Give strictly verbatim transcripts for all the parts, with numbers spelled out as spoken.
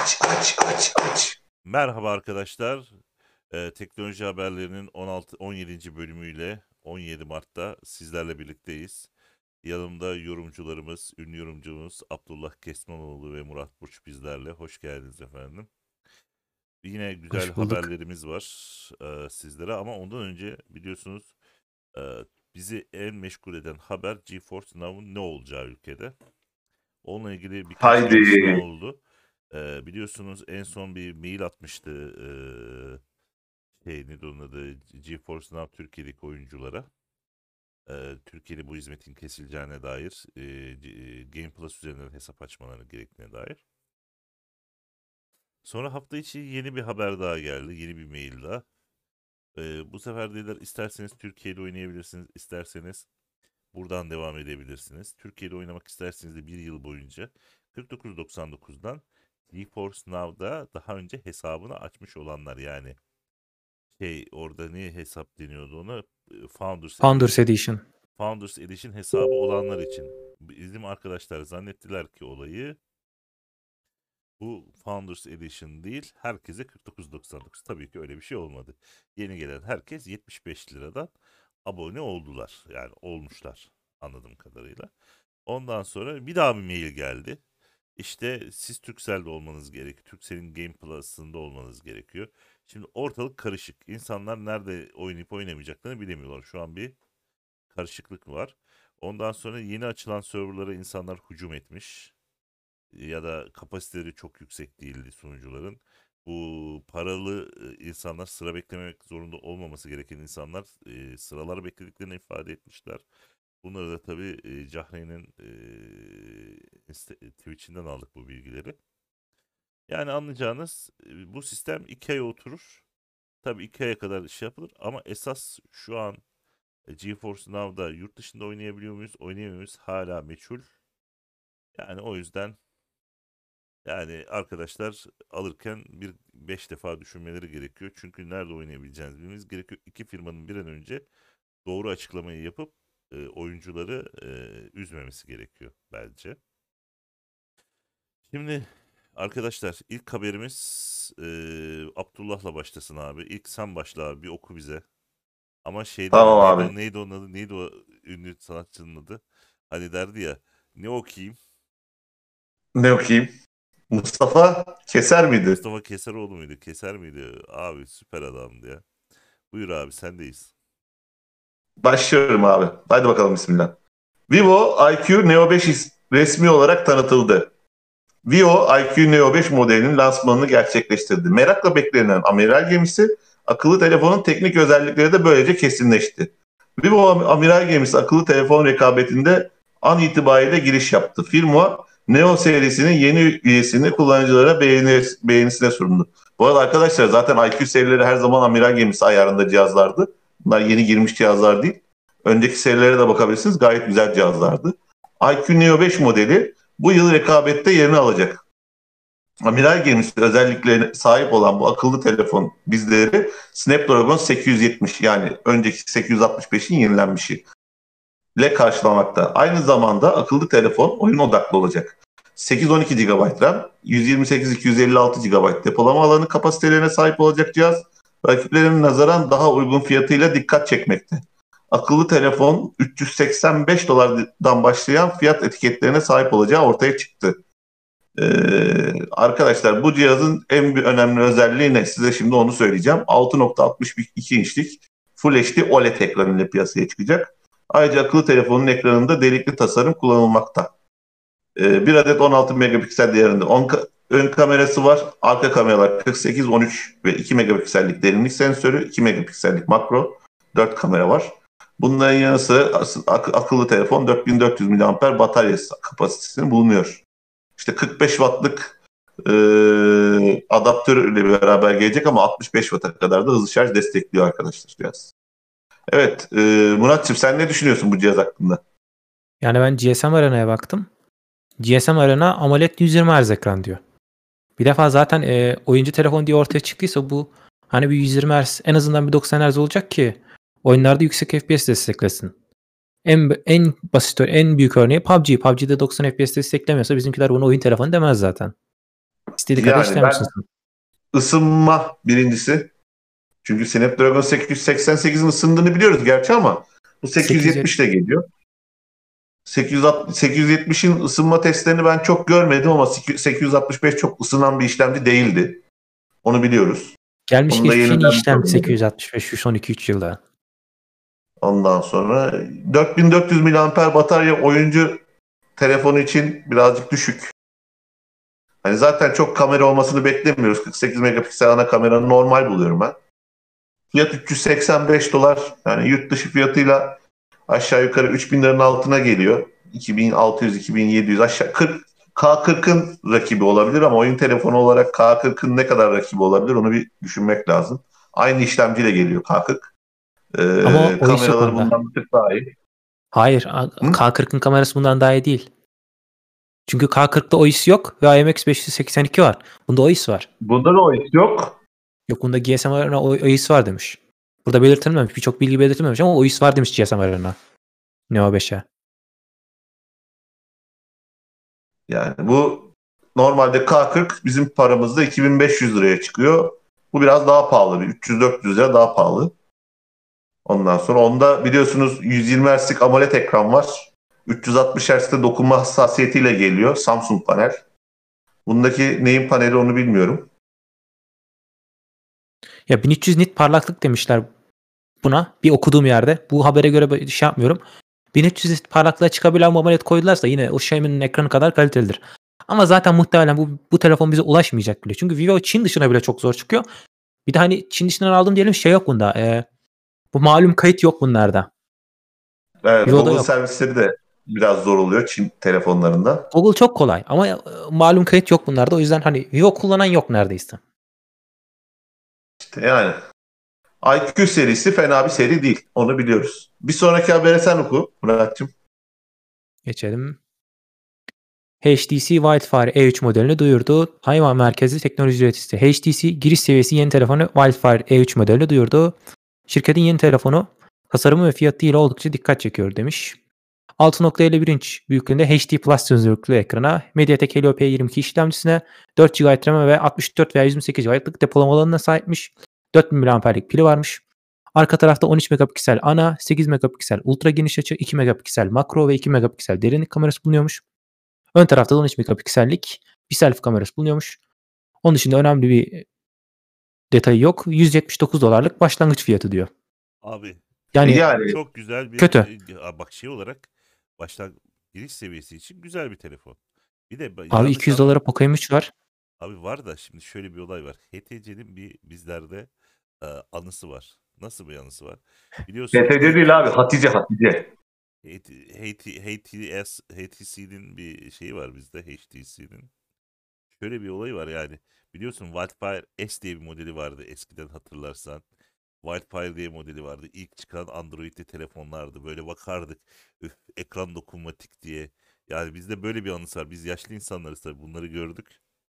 Aç aç aç aç. Merhaba arkadaşlar. Ee, teknoloji haberlerinin on altı on yedinci bölümüyle on yedi Mart'ta sizlerle birlikteyiz. Yanımda yorumcularımız, ünlü yorumcumuz Abdullah Kesmanoğlu ve Murat Burç bizlerle. Hoş geldiniz efendim. Yine güzel Hoş bulduk. haberlerimiz var e, sizlere ama ondan önce biliyorsunuz e, bizi en meşgul eden haber GeForce Now'ın ne olacağı ülkede. Onunla ilgili birkaç Haydi. gelişme oldu. Ee, biliyorsunuz en son bir mail atmıştı ee, şey ne de onun adı GeForce Now Türkiye'deki oyunculara. Ee, Türkiye'de bu hizmetin kesileceğine dair ee, Game Plus üzerinden hesap açmaları gerektiğine dair. Sonra hafta içi yeni bir haber daha geldi. Yeni bir mail daha. Ee, bu sefer dediler isterseniz Türkiye'de oynayabilirsiniz. İsterseniz buradan devam edebilirsiniz. Türkiye'de oynamak isterseniz de bir yıl boyunca kırk dokuz doksan dokuzdan GeForce Now'da daha önce hesabını açmış olanlar yani şey orada ne hesap deniyordu ona Founders, Founders Edition. Edition. Founders Edition hesabı olanlar için. Bizim arkadaşlar zannettiler ki olayı bu Founders Edition değil herkese kırk dokuz doksan dokuz. Tabii ki öyle bir şey olmadı. Yeni gelen herkes yetmiş beş liradan abone oldular. Yani olmuşlar anladığım kadarıyla. Ondan sonra bir daha bir mail geldi. İşte siz Turkcell'de olmanız gerekiyor. Turkcell'in Game Plus'ında olmanız gerekiyor. Şimdi ortalık karışık. İnsanlar nerede oynayıp oynamayacaklarını bilemiyorlar. Şu an bir karışıklık var. Ondan sonra yeni açılan serverlara insanlar hücum etmiş. Ya da kapasiteleri çok yüksek değildi sunucuların. Bu paralı insanlar sıra beklemek zorunda olmaması gereken insanlar e, sıralar beklediklerini ifade etmişler. Bunları da tabii e, Cahreyn'in e, Twitch'inden aldık bu bilgileri. Yani anlayacağınız e, bu sistem iki aya oturur. Tabii iki aya kadar iş yapılır ama esas şu an e, GeForce Now'da yurt dışında oynayabiliyor muyuz, oynayamıyor muyuz hala meçhul. Yani o yüzden yani arkadaşlar alırken bir beş defa düşünmeleri gerekiyor. Çünkü nerede oynayabileceğinizi bilmeniz gerekiyor. İki firmanın bir an önce doğru açıklamayı yapıp e, oyuncuları e, üzmemesi gerekiyor bence. Şimdi arkadaşlar ilk haberimiz e, Abdullah'la başlasın abi. İlk sen başla abi bir oku bize. Ama şeyden Tamam neydi, abi. o, neydi onun adı neydi o ünlü sanatçının adı? Hani derdi ya ne okuyayım? Ne okuyayım? Mustafa Keser miydi? Mustafa Keseroğlu muydu? Keser miydi? Abi süper adamdı ya. Buyur abi sendeyiz. Başlıyorum abi. Hadi bakalım bismillah. Vivo I Q Neo beş resmi olarak tanıtıldı. Vivo I Q Neo beş modelinin lansmanını gerçekleştirdi. Merakla beklenen amiral gemisi, akıllı telefonun teknik özellikleri de böylece kesinleşti. Vivo amiral gemisi akıllı telefon rekabetinde an itibariyle giriş yaptı. Firma Neo serisinin yeni üyesini kullanıcılara beğeni, beğenisine sundu. Bu arada arkadaşlar zaten I Q serileri her zaman amiral gemisi ayarında cihazlardı. Bunlar yeni girmiş cihazlar değil. Önceki serilere de bakabilirsiniz. Gayet güzel cihazlardı. I Q Neo beş modeli bu yıl rekabette yerini alacak. Amiral gemisi özelliklerine sahip olan bu akıllı telefon bizleri Snapdragon sekiz yüz yetmiş yani önceki sekiz yüz altmış beşin yenilenmişi ile karşılamakta. Aynı zamanda akıllı telefon oyun odaklı olacak. sekiz on iki gigabayt RAM, yüz yirmi sekiz iki yüz elli altı gigabayt depolama alanı kapasitelerine sahip olacak cihaz, rakiplerinin nazaran daha uygun fiyatıyla dikkat çekmekte. Akıllı telefon üç yüz seksen beş dolardan başlayan fiyat etiketlerine sahip olacağı ortaya çıktı. Ee, arkadaşlar bu cihazın en bir önemli özelliği ne? Size şimdi onu söyleyeceğim. altı nokta altmış iki inçlik Full H D O L E D ekranıyla piyasaya çıkacak. Ayrıca akıllı telefonun ekranında delikli tasarım kullanılmakta. Ee, bir adet on altı megapiksel değerinde on ka- ön kamerası var. Arka kameralar kırk sekiz, on üç ve iki megapiksellik derinlik sensörü, iki megapiksellik makro, dört kamera var. Bunların yanı sıra ak- akıllı telefon dört bin dört yüz miliamper batarya kapasitesinin bulunuyor. İşte kırk beş wattlık e, adaptörle beraber gelecek ama altmış beş watt'a kadar da hızlı şarj destekliyor arkadaşlar cihaz. Evet, e, Muratçığım sen ne düşünüyorsun bu cihaz hakkında? Yani ben G S M Arena'ya baktım. G S M Arena AMOLED yüz yirmi Hz ekran diyor. Bir defa zaten e, oyuncu telefon diye ortaya çıktıysa bu hani bir yüz yirmi Hz en azından bir doksan Hz olacak ki oyunlarda yüksek F P S desteklesin. En en basit en büyük örneği P U B G. P U B G'de doksan F P S desteklemiyorsa bizimkiler bunu oyun telefonu demez zaten. İstediği kadar Yani işlem ben ısınsın. ısınma birincisi. Çünkü Snapdragon sekiz yüz seksen sekizin ısındığını biliyoruz gerçi ama bu sekiz yüz yetmiş ile geliyor. sekiz yüz altmış, sekiz yüz yetmişin ısınma testlerini ben çok görmedim ama sekiz yüz altmış beş çok ısınan bir işlemci değildi. Onu biliyoruz. Gelmiş Onu da geçmiş en iyi yeniden işlemci sorumlu. sekiz yüz altmış beş şu son iki üç yılda. Ondan sonra dört bin dört yüz miliamper batarya oyuncu telefonu için birazcık düşük. Hani zaten çok kamera olmasını beklemiyoruz. kırk sekiz megapiksel ana kameranı normal buluyorum ben. Fiyat üç yüz seksen beş dolar. Yani yurt dışı fiyatıyla aşağı yukarı üç bin liranın altına geliyor. iki bin altı yüz iki bin yedi yüz aşağı kırk K kırkın rakibi olabilir ama oyun telefonu olarak K kırkın ne kadar rakibi olabilir onu bir düşünmek lazım. Aynı işlemciyle geliyor K kırk. Ee, Ama o iş yok kameraları onda. bundan bir tık daha iyi. Hayır. Hı? K kırkın kamerası bundan daha iyi değil. Çünkü K kırkta O I S yok ve I M X beş yüz seksen iki var. Bunda O I S var. Bunda da o iş yok. Yok bunda G S M Arena O I S var demiş. Burada belirtilmemiş. Birçok bilgi belirtilmemiş ama O I S var demiş G S M Arena. Neo beşe. Yani bu normalde K kırk bizim paramızda iki bin beş yüz liraya çıkıyor. Bu biraz daha pahalı. Bir üç yüz dört yüz lira daha pahalı. Ondan sonra onda biliyorsunuz yüz yirmi hertzlik AMOLED ekran var. üç yüz altmış hertzte dokunma hassasiyetiyle geliyor. Samsung panel. Bundaki neyin paneli onu bilmiyorum. Ya bin üç yüz nit parlaklık demişler buna. Bir okuduğum yerde. Bu habere göre şey yapmıyorum. bin üç yüz nit parlaklığa çıkabilen AMOLED koydularsa yine o Xiaomi'nin ekranı kadar kalitelidir. Ama zaten muhtemelen bu, bu telefon bize ulaşmayacak bile. Çünkü Vivo Çin dışına bile çok zor çıkıyor. Bir de hani Çin dışından aldım diyelim şey yok bunda. E, bu malum kayıt yok bunlarda. Evet, Vivo'da Google yok. servisleri de biraz zor oluyor Çin telefonlarında. Google çok kolay ama e, malum kayıt yok bunlarda. O yüzden hani Vivo kullanan yok neredeyse. İşte yani I Q serisi fena bir seri değil. Onu biliyoruz. Bir sonraki habere sen oku Murat'cığım. Geçelim. H T C Wildfire E üç modelini duyurdu. Tayvan merkezli teknoloji üreticisi H T C giriş seviyesi yeni telefonu Wildfire E üç modelini duyurdu. Şirketin yeni telefonu tasarımı ve fiyatıyla oldukça dikkat çekiyor demiş. altı nokta elli bir inç büyüklüğünde H D Plus çözünürlüklü ekrana, MediaTek Helio P yirmi iki işlemcisine, dört gigabayt RAM ve altmış dört veya yüz yirmi sekiz gigabaytlık depolama alanına sahipmiş. dört bin miliamperlik pili varmış. Arka tarafta on üç megapiksel ana, sekiz megapiksel ultra geniş açı, iki megapiksel makro ve iki megapiksel derinlik kamerası bulunuyormuş. Ön tarafta da on üç megapiksellik bir selfie kamerası bulunuyormuş. Onun dışında önemli bir detayı yok. yüz yetmiş dokuz dolarlık başlangıç fiyatı diyor. Abi Yani, Yani çok güzel bir kötü. e, bak şey olarak baştan giriş seviyesi için güzel bir telefon. Bir de Abi yanlış iki yüz anlama- dolara Poco M üç var. Abi var da şimdi şöyle bir olay var. H T C'nin bir bizlerde e, anısı var. Nasıl bir anısı var? Biliyorsun H T C değil abi Hatice Hatice. H T S H T C'nin bir şeyi var bizde H T C'nin. Şöyle bir olayı var yani. Biliyorsun Wildfire S diye bir modeli vardı eskiden hatırlarsan. Wildfire diye modeli vardı. İlk çıkan Android'li telefonlardı. Böyle bakardık. Üf, ekran dokunmatik diye. Yani bizde böyle bir anısı var. Biz yaşlı insanlarız tabii. Bunları gördük.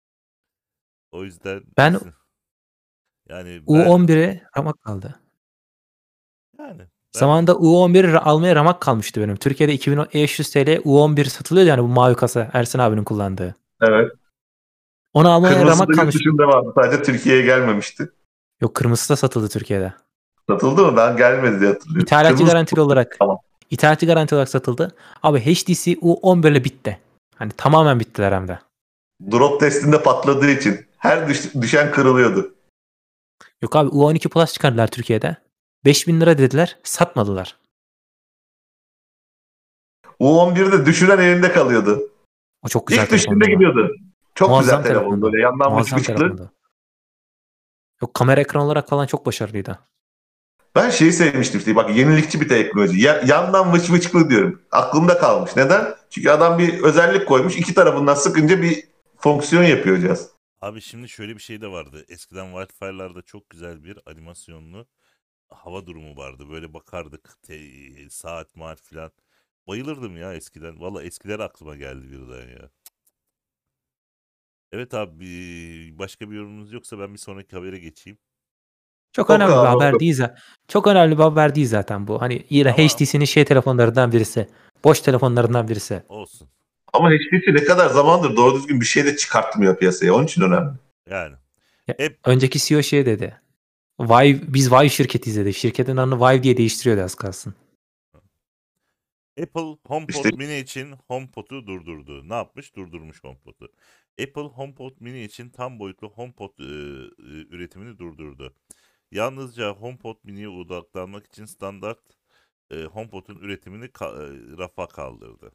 O yüzden Ben yani U ben on bire ramak kaldı. yani ben Zamanında U on bir almaya ramak kalmıştı benim. Türkiye'de iki bin beş yüz TL U on bir satılıyor yani bu mavi kasa Ersin abinin kullandığı. Evet. Onu almaya Kırmızı ramak da yurt kalmıştı. dışında vardı. Sadece Türkiye'ye gelmemişti. Yok kırmızısı da satıldı Türkiye'de. Satıldı mı? Ben gelmedi diye hatırlıyorum. İthalatçı Kırmızı- garantili olarak. Tamam. İthalatçı garantili olarak satıldı. Abi H T C U on bir ile bitti. Hani tamamen bittiler hem de. Drop testinde patladığı için her düş- düşen kırılıyordu. Yok abi U on iki Plus çıkardılar Türkiye'de. beş bin lira dediler. Satmadılar. U on birde düşüren elinde kalıyordu. O çok güzel İlk düştüğünde telefondu ama. gidiyordu. Çok Muazzam güzel telefon telefondu. böyle yandan vıç Muazzam vıçlı. telefondu. Yok kamera ekran olarak falan çok başarılıydı. Ben şeyi sevmiştim işte bak yenilikçi bir teknoloji. Ya- yandan vıç vıçlı diyorum. Aklımda kalmış. Neden? Çünkü adam bir özellik koymuş. İki tarafından sıkınca bir fonksiyon yapıyor cihaz. abi şimdi şöyle bir şey de vardı. Eskiden Wildfire'larda çok güzel bir animasyonlu hava durumu vardı. Böyle bakardık te- saat maat filan. Bayılırdım ya eskiden. Valla eskiler aklıma geldi birden ya. Evet abi başka bir yorumunuz yoksa ben bir sonraki habere geçeyim. Çok Oku önemli bir abi, haber oku. değil zaten. Çok önemli bir haber değil zaten bu. Hani yine Ama- H T C'nin şey telefonlarından birisi. Boş telefonlarından birisi. Olsun. Ama H T C ne kadar zamandır doğru düzgün bir şey de çıkartmıyor piyasaya. Onun için önemli. Yani. Ya, Hep önceki C E O şey dedi. Vive, biz Vive şirketiyiz dedi. Şirketin adını Vive diye değiştiriyordu az kalsın. Apple HomePod İşte Mini için HomePod'u durdurdu. Ne yapmış? Durdurmuş HomePod'u. Apple HomePod Mini için tam boyutlu HomePod e, e, üretimini durdurdu. Yalnızca HomePod Mini'ye odaklanmak için standart e, HomePod'un üretimini ka- e, rafa kaldırdı.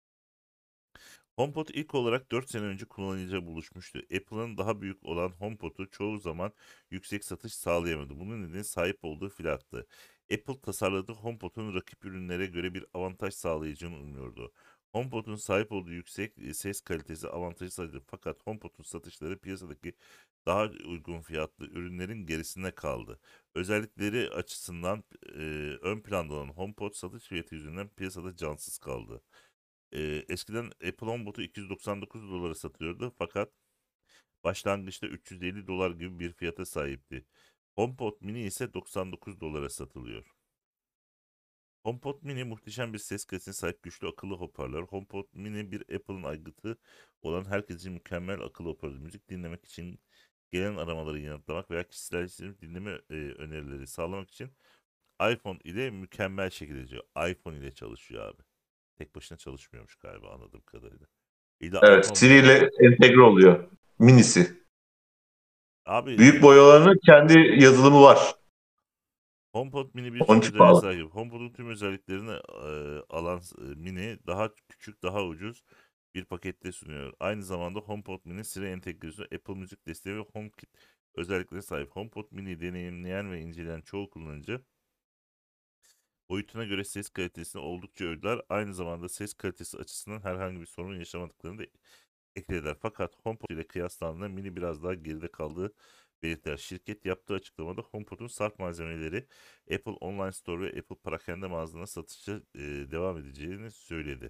HomePod ilk olarak dört sene önce kullanıcıyla buluşmuştu. Apple'ın daha büyük olan HomePod'u çoğu zaman yüksek satış sağlayamadı. Bunun nedeni sahip olduğu fiyattı. Apple tasarladığı HomePod'un rakip ürünlere göre bir avantaj sağlayacağını umuyordu. HomePod'un sahip olduğu yüksek e, ses kalitesi avantajı sağladı. Fakat HomePod'un satışları piyasadaki daha uygun fiyatlı ürünlerin gerisinde kaldı. Özellikleri açısından e, ön planda olan HomePod satış fiyatı yüzünden piyasada cansız kaldı. Ee, eskiden Apple HomePod'u iki yüz doksan dokuz dolara satılıyordu fakat başlangıçta üç yüz elli dolar gibi bir fiyata sahipti. HomePod Mini ise doksan dokuz dolara satılıyor. HomePod Mini muhteşem bir ses kalitesine sahip güçlü akıllı hoparlör. HomePod Mini bir Apple'ın aygıtı olan herkes için mükemmel akıllı hoparlör. Müzik dinlemek için gelen aramaları yanıtlamak veya kişisel dinleme e, önerileri sağlamak için iPhone ile mükemmel şekilde çalışıyor. iPhone ile çalışıyor abi. Tek başına çalışmıyormuş galiba anladığım kadarıyla. İlla evet, iPhone Siri ile entegre oluyor. Minisi. abi Büyük boyalarının kendi yazılımı var. HomePod Mini Onun birçok için özelliğe pahalı. sahip. HomePod'un tüm özelliklerini e, alan e, Mini daha küçük, daha ucuz bir pakette sunuyor. Aynı zamanda HomePod Mini Siri entegrasyonu, Apple Müzik desteği ve HomeKit özelliklerine sahip. HomePod Mini deneyimleyen ve inceleyen çoğu kullanıcı boyutuna göre ses kalitesini oldukça övdüler. Aynı zamanda ses kalitesi açısından herhangi bir sorun yaşamadıklarını da eklediler. Fakat HomePod ile kıyaslandığında Mini biraz daha geride kaldığı belirttiler. Şirket yaptığı açıklamada HomePod'un sert malzemeleri Apple Online Store ve Apple Perakende mağazalarına satışa e, devam edeceğini söyledi.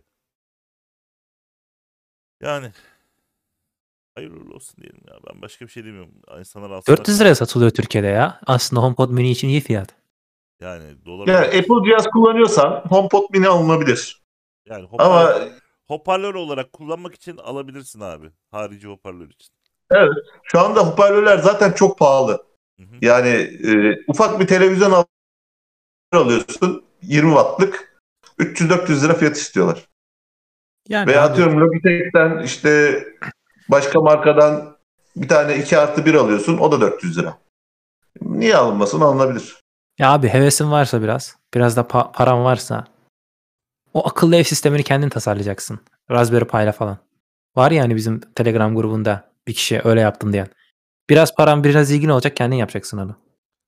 Yani hayırlı olsun diyelim ya. Ben başka bir şey demiyorum. İnsanlar alsınlar. dört yüz liraya satılıyor Türkiye'de ya. Aslında HomePod Mini için iyi fiyat. Yani dolar Yani olarak Apple cihaz kullanıyorsan HomePod Mini alınabilir. yani hoparlör, Ama hoparlör olarak kullanmak için alabilirsin abi. Harici hoparlör için. evet, şu anda hoparlörler zaten çok pahalı. Hı hı. Yani e, ufak bir televizyon al- alıyorsun yirmi wattlık üç yüz dört yüz lira fiyat istiyorlar. Yani Veya abi, atıyorum Logitech'ten işte başka markadan bir tane iki artı bir alıyorsun, o da dört yüz lira. Niye alınmasın, alınabilir. ya abi hevesin varsa biraz, biraz da pa- paran varsa o akıllı ev sistemini kendin tasarlayacaksın. Raspberry Pi'la falan. Var ya hani bizim Telegram grubunda bir kişi öyle yaptım diyen. Biraz paran biraz ilgin olacak, kendin yapacaksın onu.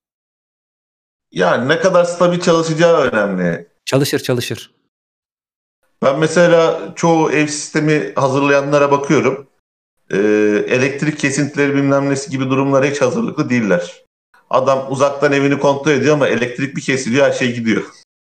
Yani ne kadar stabil çalışacağı önemli. Çalışır çalışır. Ben mesela çoğu ev sistemi hazırlayanlara bakıyorum. Ee, elektrik kesintileri bilmem nesi gibi durumlara hiç hazırlıklı değiller. Adam uzaktan evini kontrol ediyor ama elektrik bir kesiliyor, her şey gidiyor.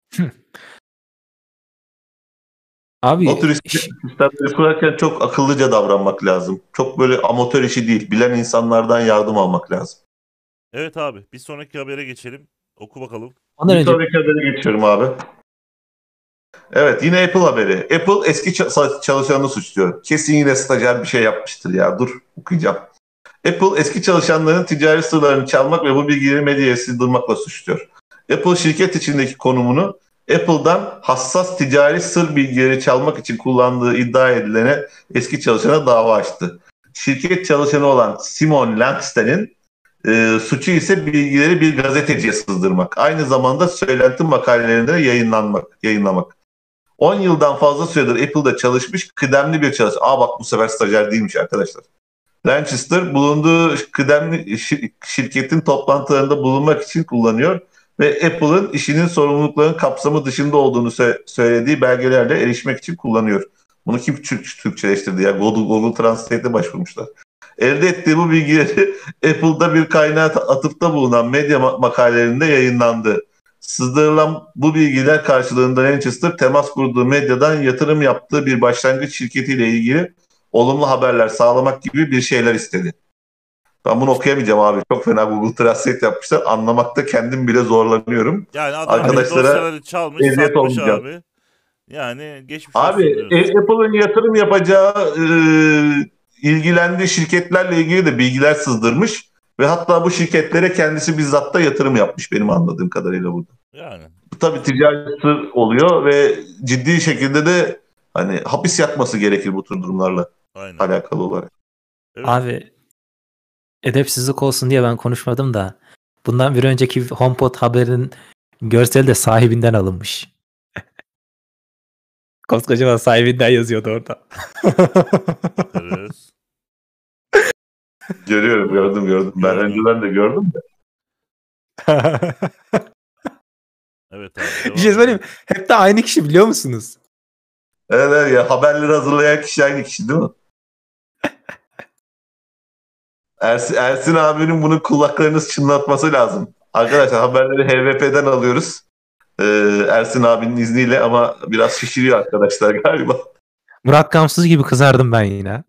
Abi O tür ş- sistemleri kurarken çok akıllıca davranmak lazım. Çok böyle amatör işi değil. Bilen insanlardan yardım almak lazım. Evet abi bir sonraki habere geçelim. Oku bakalım. ondan Bir önce sonraki habere geçiyorum abi. Evet, yine Apple haberi. Apple eski ça- çalışanını suçluyor. Kesin yine stajyer bir şey yapmıştır ya. Dur okuyacağım. Apple eski çalışanların ticari sırlarını çalmak ve bu bilgileri medyaya sızdırmakla suçluyor. Apple şirket içindeki konumunu Apple'dan hassas ticari sır bilgileri çalmak için kullandığı iddia edilene eski çalışana dava açtı. Şirket çalışanı olan Simon Lanksten'in e, suçu ise bilgileri bir gazeteciye sızdırmak. Aynı zamanda söylenti makalelerinde yayınlanmak, yayınlamak. on yıldan fazla süredir Apple'da çalışmış kıdemli bir çalışan. Aa bak, bu sefer stajyer değilmiş arkadaşlar. Lancaster bulunduğu kıdemli şirketin toplantılarında bulunmak için kullanıyor ve Apple'ın işinin sorumluluklarının kapsamı dışında olduğunu söylediği belgelerle erişmek için kullanıyor. Bunu kim Türkçeleştirdi ya? Google, Google Translate'e başvurmuşlar. Elde ettiği bu bilgileri Apple'da bir kaynağa atıfta bulunan medya makalelerinde yayınlandı. Sızdırılan bu bilgiler karşılığında Lancaster temas kurduğu medyadan yatırım yaptığı bir başlangıç şirketiyle ilgili olumlu haberler sağlamak gibi bir şeyler istedi. Ben bunu okuyamayacağım abi. Çok fena Google Translate yapmışlar. Anlamakta kendim bile zorlanıyorum. Yani adam Arkadaşlara dosyaları çalmış eziyet satmış olmayacağım. abi. Yani geçmiş Abi olsun diyoruz. e, Apple'ın yatırım yapacağı e, ilgilendiği şirketlerle ilgili de bilgiler sızdırmış ve hatta bu şirketlere kendisi bizzat da yatırım yapmış benim anladığım kadarıyla burada. Yani Bu tabii ticari sır oluyor ve ciddi şekilde de hani hapis yatması gerekir bu tür durumlarla aynen. alakalı olarak. Evet. Abi edepsizlik olsun diye ben konuşmadım da bundan bir önceki HomePod haberinin görseli de sahibinden alınmış. Koskocaman sahibinden yazıyordu orada. Bakarız. Görüyorum, gördüm, gördüm. Ben Gördüm. önceden de gördüm de. Evet abi. Bir devam şey söyleyeyim edelim. mi? Hep de aynı kişi biliyor musunuz? Evet, evet ya, haberleri hazırlayan kişi aynı kişi değil mi? Ersin, Ersin abinin bunun kulaklarını çınlatması lazım. Arkadaşlar haberleri H V P'den alıyoruz. Ee, Ersin abinin izniyle ama biraz şişiriyor arkadaşlar galiba. Murat Gamsız gibi kızardım ben yine.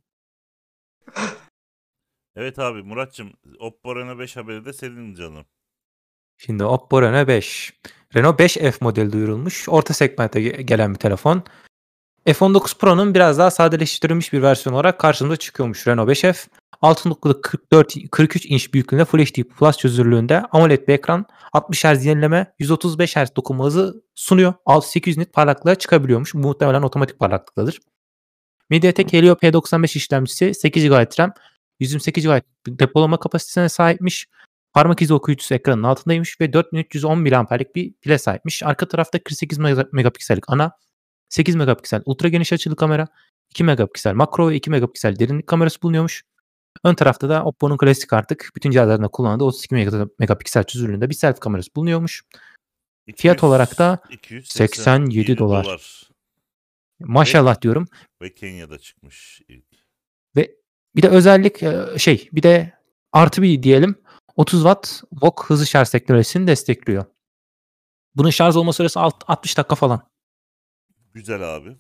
Evet abi Murat'cığım Oppo Reno beş haberi de senin canım. Şimdi Oppo Reno beş. Reno beş F modeli duyurulmuş. Orta segmente ge- gelen bir telefon. F on dokuz Pro'nun biraz daha sadeleştirilmiş bir versiyon olarak karşımıza çıkıyormuş Reno beş F. altı nokta kırk dört kırk üç inç büyüklüğünde Full H D Plus çözünürlüğünde AMOLED bir ekran, altmış hertz yenileme, yüz otuz beş hertz dokunma hızı sunuyor. altı bin sekiz yüz nit parlaklığa çıkabiliyormuş. Bu muhtemelen otomatik parlaklıktadır. MediaTek Helio P doksan beş işlemcisi, sekiz gigabayt RAM, yüz yirmi sekiz gigabayt depolama kapasitesine sahipmiş. Parmak izi okuyucusu ekranın altındaymış ve dört bin üç yüz on miliamperlik bir pile sahipmiş. Arka tarafta kırk sekiz megapiksellik ana, sekiz megapiksel ultra geniş açılı kamera, iki megapiksel makro ve iki megapiksel derinlik kamerası bulunuyormuş. Ön tarafta da Oppo'nun klasik artık bütün cihazlarında kullandığı otuz iki megapiksel çözünürlüğünde bir selfie kamerası bulunuyormuş. Fiyat olarak da iki yüz seksen yedi dolar. Maşallah diyorum. Ve Kenya'da çıkmış ilk. Ve bir de özellik e, şey bir de artı bir diyelim otuz watt V O C hızlı şarj teknolojisini destekliyor. Bunun şarj olma süresi altmış dakika falan. Güzel abi.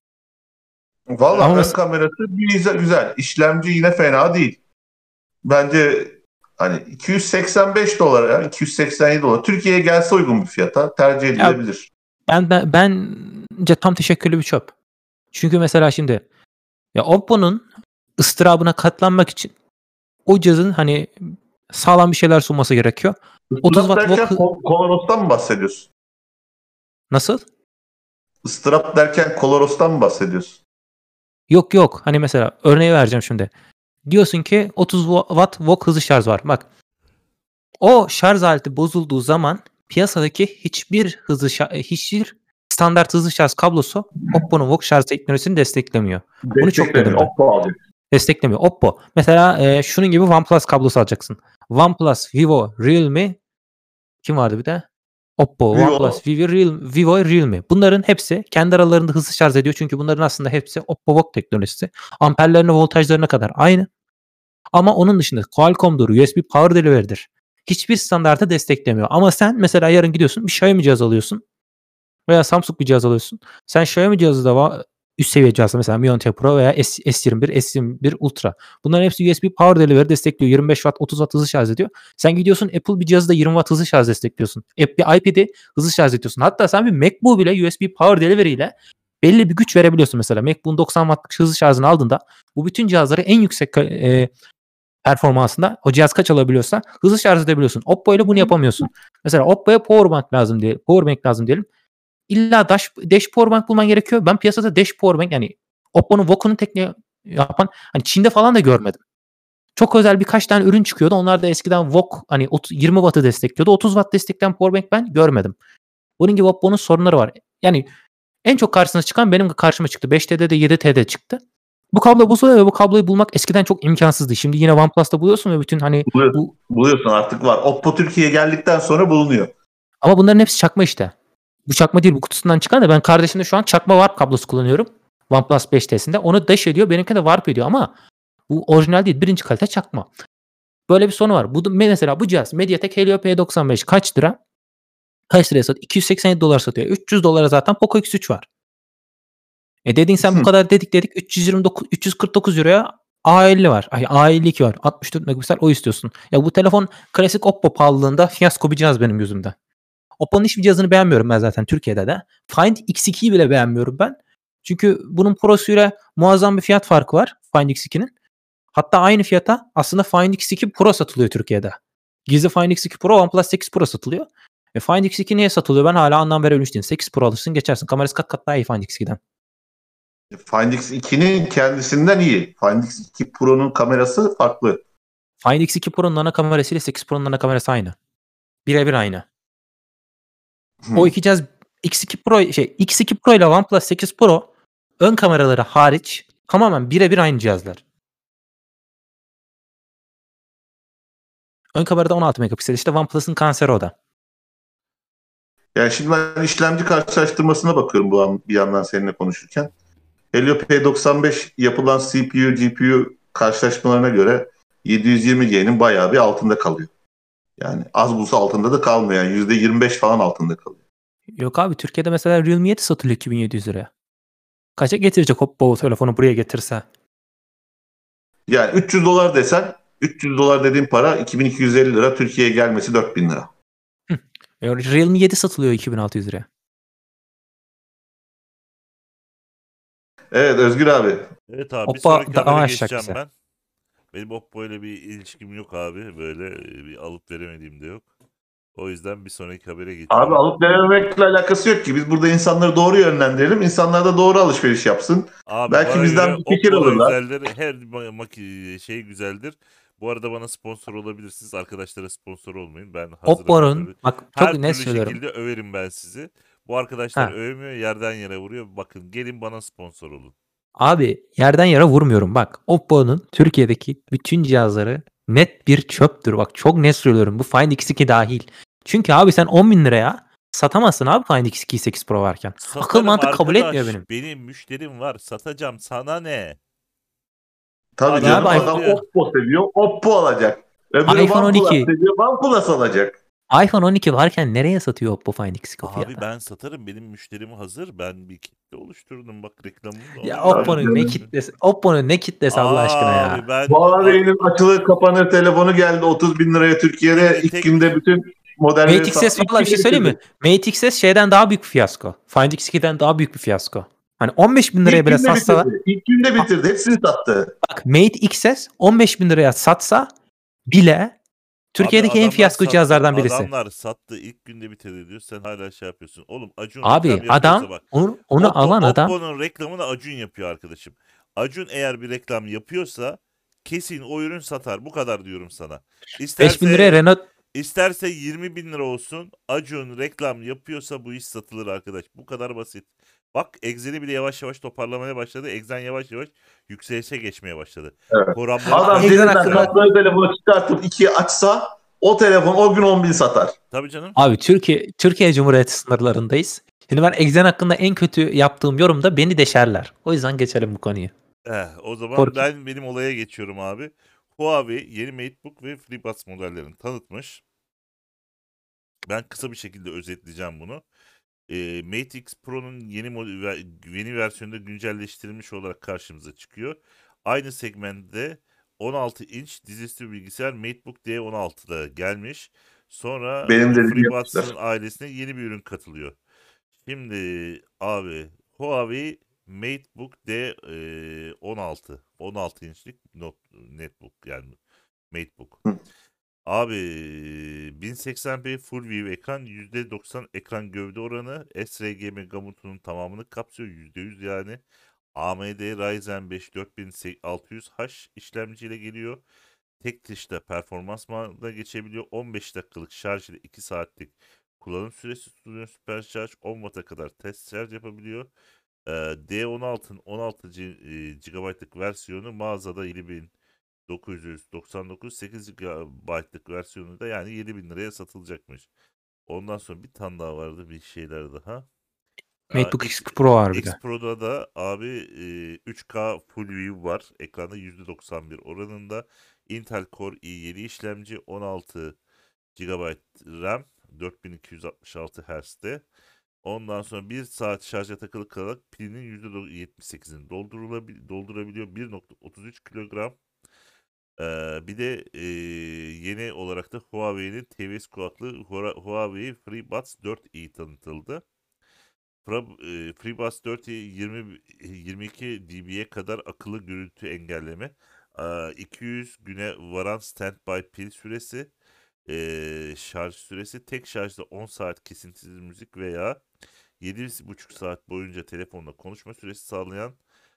Valla Ama ön mesela- kamerası güzel, güzel. İşlemci yine fena değil. Bence hani iki yüz seksen beş dolar ya iki yüz seksen yedi dolar. Türkiye'ye gelse uygun bir fiyata tercih edilebilir. Ben, ben bence tam teşekküllü bir çöp. Çünkü mesela şimdi ya Oppo'nun ıstırabına katlanmak için o cihazın hani sağlam bir şeyler sunması gerekiyor. otuz Istırap watt derken V O C Col- Coloros'tan mı bahsediyorsun? nasıl? Istırap derken Coloros'tan mı bahsediyorsun? Yok yok. Hani mesela örneği vereceğim şimdi. Diyorsun ki otuz watt V O C hızlı şarj var. Bak. O şarj aleti bozulduğu zaman piyasadaki hiçbir hızlı şarj, hiçbir standart hızlı şarj kablosu Oppo'nun V O C şarj teknolojisini desteklemiyor. Bunu çok dedim ben. Oppo alacak. Desteklemiyor. Oppo. Mesela e, şunun gibi OnePlus kablosu alacaksın. OnePlus, Vivo, Realme. Kim vardı bir de? Oppo, Vivo. OnePlus, Vivo, Real, Vivo, Realme. Bunların hepsi kendi aralarında hızlı şarj ediyor. Çünkü bunların aslında hepsi Oppo V O C teknolojisi. Amperlerine, voltajlarına kadar aynı. Ama onun dışında Qualcomm'dur, U S B Power Delivery'dir. Hiçbir standartı desteklemiyor. Ama sen mesela yarın gidiyorsun bir Xiaomi cihaz alıyorsun. Veya Samsung bir cihaz alıyorsun. Sen Xiaomi cihazı da var. Üst seviye cihazı mesela Mi on T Pro veya S, S21, S yirmi bir Ultra. Bunların hepsi U S B Power Delivery destekliyor. yirmi beş watt, otuz watt hızlı şarj ediyor. Sen gidiyorsun Apple bir cihazı da yirmi watt hızlı şarj destekliyorsun. Bir iPad'i hızlı şarj ediyorsun. Hatta sen bir MacBook bile U S B Power Delivery ile belli bir güç verebiliyorsun mesela. MacBook'un doksan wattlık hızlı şarjını aldığında bu bütün cihazları en yüksek e, performansında o cihaz kaç alabiliyorsa hızlı şarj edebiliyorsun. Oppo ile bunu yapamıyorsun. Mesela Oppo'ya powerbank lazım diye, powerbank lazım diyelim. İlla dash, dash powerbank bulman gerekiyor. Ben piyasada dash powerbank yani Oppo'nun V O C'unu tekniği yapan hani Çin'de falan da görmedim. Çok özel birkaç tane ürün çıkıyordu. Onlar da eskiden V O C hani yirmi wattı destekliyordu. otuz watt destekleyen powerbank ben görmedim. Bunun gibi Oppo'nun sorunları var. Yani en çok karşısına çıkan benim karşıma çıktı. beş T'de de yedi T'de çıktı. Bu kablo bozuluyor ve bu kabloyu bulmak eskiden çok imkansızdı. Şimdi yine OnePlus'ta buluyorsun ve bütün hani Buluyorsun, bu buluyorsun artık var. Oppo Türkiye'ye geldikten sonra bulunuyor. ama bunların hepsi çakma işte. Bu çakma değil bu kutusundan çıkan da ben kardeşimde şu an çakma warp kablosu kullanıyorum. OnePlus beş T'sinde. Onu dash ediyor benimki de warp ediyor ama bu orijinal değil. Birinci kalite çakma. Böyle bir sorun var. Bu mesela bu cihaz MediaTek Helio P doksan beş kaç lira? Kaç liraya satıyor? iki yüz seksen yedi dolar satıyor. üç yüz dolara zaten Poco X üç var. E dedin sen bu kadar dedik dedik üç yüz yirmi dokuz üç yüz kırk dokuz euroya A elli var. Ay A elli iki var. altmış dört megapiksel o istiyorsun. Ya bu telefon klasik Oppo pahalılığında fiyasko bir cihaz benim gözümde. Oppo'nun hiçbir cihazını beğenmiyorum ben zaten Türkiye'de de. Find X ikiyi bile beğenmiyorum ben. Çünkü bunun Pro'suyla muazzam bir fiyat farkı var Find X ikinin. Hatta aynı fiyata aslında Find X iki Pro satılıyor Türkiye'de. Gizli Find X iki Pro, OnePlus sekiz Pro satılıyor. E Find X iki niye satılıyor? Ben hala anlam verebilmiş değilim. sekiz Pro alırsın geçersin. Kamerası kat kat daha iyi Find X ikiden. Find X ikinin kendisinden iyi. Find X iki Pro'nun kamerası farklı. Find X iki Pro'nun ana kamerası ile sekiz Pro'nun ana kamerası aynı. Birebir aynı. Hmm. O iki cihaz X iki Pro şey X iki Pro ile OnePlus sekiz Pro ön kameraları hariç tamamen birebir aynı cihazlar. Ön kamerada on altı megapiksel. İşte OnePlus'ın kanseri o da. Yani şimdi ben işlemci karşılaştırmasına bakıyorum bu an, bir yandan seninle konuşurken. Helio P doksan beş yapılan C P U, G P U karşılaşmalarına göre yedi yüz yirmi G'nin bayağı bir altında kalıyor. Yani az bulsa altında da kalmıyor. Yani yüzde yirmi beş falan altında kalıyor. Yok abi Türkiye'de mesela Realme yedi satılıyor iki bin yedi yüz liraya. Kaça getirecek Oppo telefonu buraya getirse? Yani üç yüz dolar desen, üç yüz dolar dediğim para iki bin iki yüz elli lira, Türkiye'ye gelmesi dört bin lira. E, Realme yedi satılıyor iki bin altı yüz liraya. Evet Özgür abi. Evet abi bir Oppo sonraki daha habere aşağı geçeceğim bize. ben. Benim Oppo ile bir ilişkim yok abi. Böyle e, bir alıp veremediğim de yok. O yüzden bir sonraki habere Abi geçiyorum. alıp verememekle alakası yok ki. Biz burada insanları doğru yönlendirelim. İnsanlar da doğru alışveriş yapsın. Abi Belki bana bizden göre bir fikir Oppo'da alırlar. güzeldir. Her ma- maki şey güzeldir. Bu arada bana sponsor olabilirsiniz. Arkadaşlara sponsor olmayın. Ben hazırım her Oppo'nun türlü. bak Her çok net türlü söylüyorum. şekilde överim ben sizi. Bu arkadaşlar Ha. övmüyor, yerden yere vuruyor. Bakın gelin bana sponsor olun. Abi yerden yere vurmuyorum bak. Oppo'nun Türkiye'deki bütün cihazları net bir çöptür. Bak çok net söylüyorum. Bu Find X iki dahil. Çünkü abi sen on bin liraya satamazsın abi Find X ikiyi sekiz Pro varken. Akıl Satarım mantık kabul etmiyor arkadaş. benim. Benim müşterim var. Satacağım. Sana ne? Tabii Adam canım abi, adam alıyor. Oppo seviyor. Oppo alacak. Öbürü iPhone on OnePlus iki. seviyor. OnePlus alacak. iPhone on iki varken nereye satıyor Oppo Find X iki o Abi fiyata? ben satarım. Benim müşterim hazır. Ben bir kitle oluşturdum. Bak reklamını da ona Ya göre Oppo'nun ne yapıyorum. kitlesi? Oppo'nun ne kitlesi Allah aşkına Abi ya? ben Huawei'nin açılır kapanır telefonu geldi otuz bin liraya Türkiye'de. Şimdi İlk tek- günde bütün modelleri Mate X S sattı. valla bir şey söyleyeyim mi? Mate X S şeyden daha büyük bir fiyasko. Find X iki'den daha büyük bir fiyasko. Hani on beş bin liraya İlk bile günde satsalar. bitirdi. İlk günde bitirdi. Hepsini sattı. Bak Mate X S on beş bin liraya satsa bile Türkiye'deki Abi en adamlar fiyasko sattı, cihazlardan birisi. Adamlar sattı ilk günde bitirdi diyor. Sen hala şey yapıyorsun. Oğlum Acun Abi reklam yapıyorsa adam bak. onu, onu Oppo, alan adam Oppo'nun reklamını Acun yapıyor arkadaşım. Acun eğer bir reklam yapıyorsa kesin o ürün satar. Bu kadar diyorum sana. beş bin liraya İsterse Renault isterse yirmi bin lira olsun. Acun reklam yapıyorsa bu iş satılır arkadaş. Bu kadar basit. Bak Exen'i bile yavaş yavaş toparlamaya başladı. Exen yavaş yavaş yükselişe geçmeye başladı. Evet. Programları Adam Exen cebinden hakkında- kasları telefonu çıkartıp ikiye açsa o telefon o gün on bin satar. Tabii canım. abi Türkiye Türkiye Cumhuriyeti sınırlarındayız. Şimdi ben Exen hakkında en kötü yaptığım yorumda beni deşerler. O yüzden geçelim bu konuyu. Eh, o zaman Korku- ben benim olaya geçiyorum abi. Huawei yeni MateBook ve FreeBuds modellerini tanıtmış. Ben kısa bir şekilde özetleyeceğim bunu. Ee, Mate X Pro'nun yeni mod- ve- yeni versiyonunda güncelleştirilmiş olarak karşımıza çıkıyor. Aynı segmentte on altı inç dizüstü bilgisayar MateBook D on altıda gelmiş. Sonra Benim e, dediğimi FreeBuds'ın yapmışlar. ailesine yeni bir ürün katılıyor. Şimdi abi Huawei MateBook D e, on altı. on altı inçlik not, netbook yani MateBook. Hı. Abi bin seksen p Full View ekran, yüzde doksan ekran gövde oranı, sRGB gamutunun tamamını kapsıyor, yüzde yüz yani. A M D Ryzen beş dört bin altı yüz H işlemciyle geliyor. Tek tuşla performans moduna geçebiliyor. on beş dakikalık şarj ile iki saatlik kullanım süresi sunuyor. Süper şarj on watt'a kadar test şarj yapabiliyor. Ee, D on altının on altı G B'lık versiyonu mağazada yedi bin dokuz yüz doksan dokuz, sekiz gigabaytlık versiyonu da yani yedi bin liraya satılacakmış. Ondan sonra bir tane daha vardı, bir şeyler daha. MateBook X, X Pro var bir X de. Pro'da da abi e, üç K Full View var. Ekranda yüzde doksan bir oranında. Intel Core i yedi işlemci, on altı gigabayt RAM, dört bin iki yüz altmış altı Hz'de. Ondan sonra bir saat şarja takılı kalarak pilinin yüzde yetmiş sekizini doldurabiliyor. bir nokta otuz üç kilogram. Ee, bir de e, yeni olarak da Huawei'nin T V S kulaklığı Huawei FreeBuds dört i tanıtıldı. Fra- e, FreeBuds dört i yirmi yirmi iki dB'ye kadar akıllı gürültü engelleme, Aa, iki yüz güne varan standby pil süresi, e, şarj süresi, tek şarjda on saat kesintisiz müzik veya yedi buçuk saat boyunca telefonla konuşma süresi sağlayan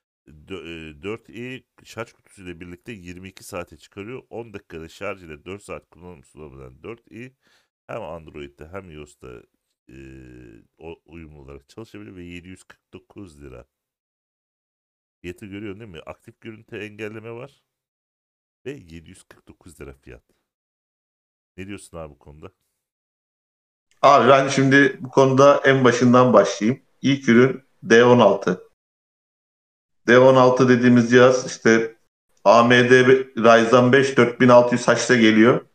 dört i şarj kutusuyla birlikte yirmi iki saate çıkarıyor. on dakikada şarj ile dört saat kullanım sunabilen dört i hem Android'de hem iOS'ta e, uyumlu olarak çalışabilir ve yedi yüz kırk dokuz lira. Fiyatı görüyorsun değil mi? Aktif görüntü engelleme var ve yedi yüz kırk dokuz lira fiyat. Ne diyorsun abi bu konuda? Abi ben şimdi bu konuda en başından başlayayım. İlk ürün D on altı. D on altı dediğimiz cihaz işte A M D Ryzen beş dört bin altı yüz H'te geliyor.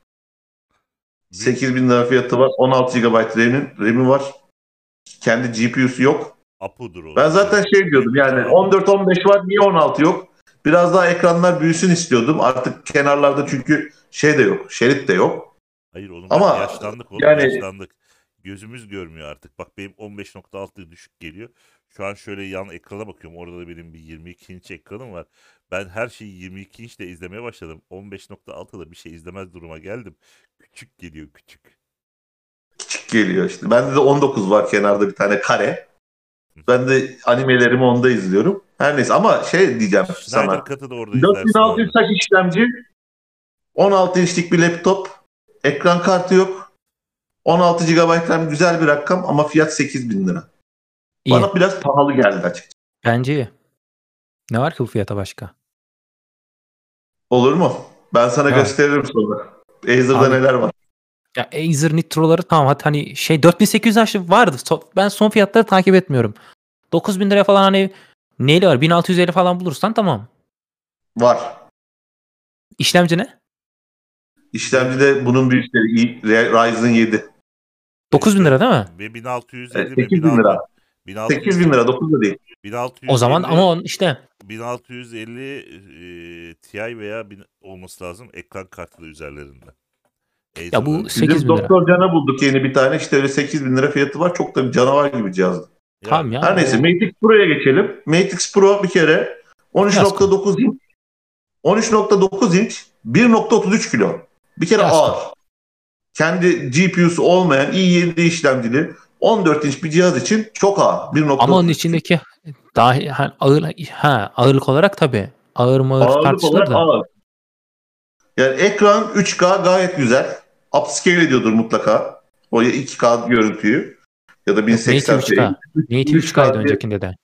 sekiz bin lira fiyatı var. on altı gigabayt RAM'in RAM'i var. Kendi G P U'su yok. Apudur o. Ben zaten şey diyordum yani on dört on beş var, niye on altı yok? Biraz daha ekranlar büyüsün istiyordum. Artık kenarlarda çünkü şey de yok, şerit de yok. Hayır oğlum, ama yaşlandık oğlum, yani yaşlandık. Gözümüz görmüyor artık. Bak benim on beş nokta altı düşük geliyor. Şu an şöyle yan ekrana bakıyorum. Orada da benim bir yirmi iki inç ekranım var. Ben her şeyi yirmi iki inçle izlemeye başladım. on beş nokta altıda bir şey izlemez duruma geldim. Küçük geliyor, küçük. Küçük geliyor işte. Bende de on dokuz var kenarda bir tane kare. Ben de animelerimi onda izliyorum. Her neyse ama şey diyeceğim Snyder sana. Cut'ı da orada dört bin altı yüz izlersin abi. H işlemci, on altı inçlik bir laptop, ekran kartı yok. on altı gigabayt RAM güzel bir rakam ama fiyat sekiz bin lira. İyi. Bana biraz pahalı geldi açıkçası. Bence iyi. Ne var ki bu fiyata başka? Olur mu? Ben sana Ha. gösteririm sonra. Acer'da Abi- neler var. Ya Acer Nitro'ları tamam, hadi hani şey dört bin sekiz yüz H vardı. So- ben son fiyatları takip etmiyorum. dokuz bin liraya falan hani neyle var? bin altı yüz elli falan bulursan tamam. Var. İşlemci ne? İşlemcide bunun büyükleri Ryzen yedi. dokuz bin lira değil mi? Ve bin altı yüz elli Evet, mi? sekiz bin lira. bin altı yüz sekiz bin lira, dokuz da değil. bin altı yüz O zaman elli ama on işte bin altı yüz elli e, Ti veya bin olması lazım ekran kartı da üzerlerinde. ya bu Acer'ların. sekiz Bizim bin lira. Doktor Can'a bulduk yeni bir tane. İşte öyle sekiz bin lira fiyatı var. Çok da bir canavar gibi cihazdı. Tamam ya. Her neyse o- Mate X Pro'ya geçelim. Mate X Pro bir kere on üç nokta dokuz inç. on üç nokta dokuz inç bir nokta otuz üç kilo. Bir kere Yazdım. ağır. Kendi G P U'su olmayan i yedi işlemcili on dört inç bir cihaz için çok ağır. bir nokta otuz üç Ama onun kilo. içindeki dahi ha, ağır ha ağırlık olarak tabii. Ağır mı ağır Ağırlık tartışılır olarak da. ağır. Yani ekran üç K gayet güzel. Upscale ediyordur mutlaka. O ya iki K görüntüyü ya da bin seksen Native üç K. Native üç K'ydı öncekinde de.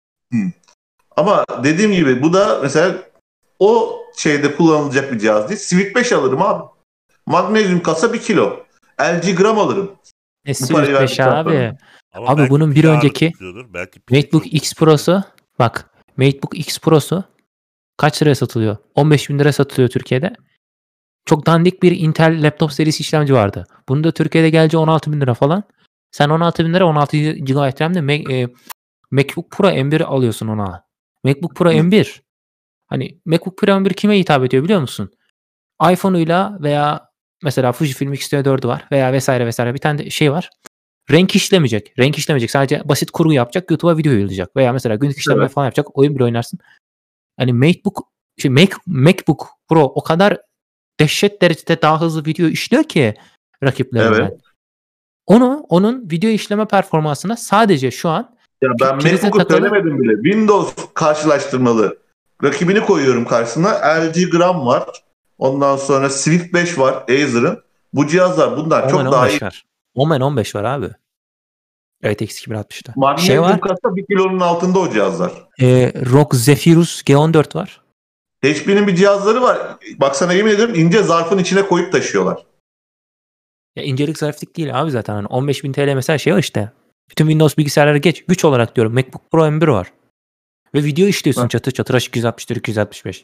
Ama dediğim gibi bu da mesela o şeyde kullanılacak bir cihaz değil. Civic beş alırım abi. Magnezyum kasa bir kilo. L G gram alırım. Ne Bu parayı Civic beş verdikten abi. sonra. Ama Abi belki bunun bir pil ağırlık önceki tutuyordur, belki pili MacBook çok X tutuyordur. Pro'su, bak MacBook X Pro'su kaç liraya satılıyor? on beş bin liraya satılıyor Türkiye'de. Çok dandik bir Intel laptop serisi işlemci vardı. Bunu da Türkiye'de gelince on altı bin lira falan. Sen on altı bin lira on altı gigabayt RAM'de Mac, e, MacBook Pro M bir alıyorsun ona. MacBook Pro M bir. Hani MacBook Pro M bir kime hitap ediyor biliyor musun? iPhone'uyla veya mesela Fujifilm X T dördü var veya vesaire vesaire bir tane de şey var. Renk işlemeyecek. Renk işlemeyecek. Sadece basit kurgu yapacak. YouTube'a video yollayacak. Veya mesela günlük işlemler Evet. falan yapacak. Oyun bile oynarsın. Hani MacBook şey Mac, MacBook Pro o kadar dehşet derecede daha hızlı video işliyor ki rakiplerinden. Evet. Onu onun video işleme performansına sadece şu an Ya ben prize MacBook'u takılı- söylemedim bile. Windows karşılaştırmalı. Rakibini koyuyorum karşısına. L G Gram var. Ondan sonra Civic beş var Acer'ın. Bu cihazlar bunlar çok Omen daha on beş iyi. var. Omen on beş var abi. Evet X iki bin altmışta. Magnezyum Şey var. kasa bir kilonun altında o cihazlar. E, R O G Zephyrus G on dört var. H P'nin bir cihazları var. Bak sana yemin ediyorum ince zarfın içine koyup taşıyorlar. Ya incelik zarflık değil abi zaten. Hani on beş bin T L mesela şey var işte. Bütün Windows bilgisayarları geç. Güç olarak diyorum. MacBook Pro M bir var. Ve video işliyorsun Ha. çatır çatır iki yüz altmış dört iki yüz altmış beş.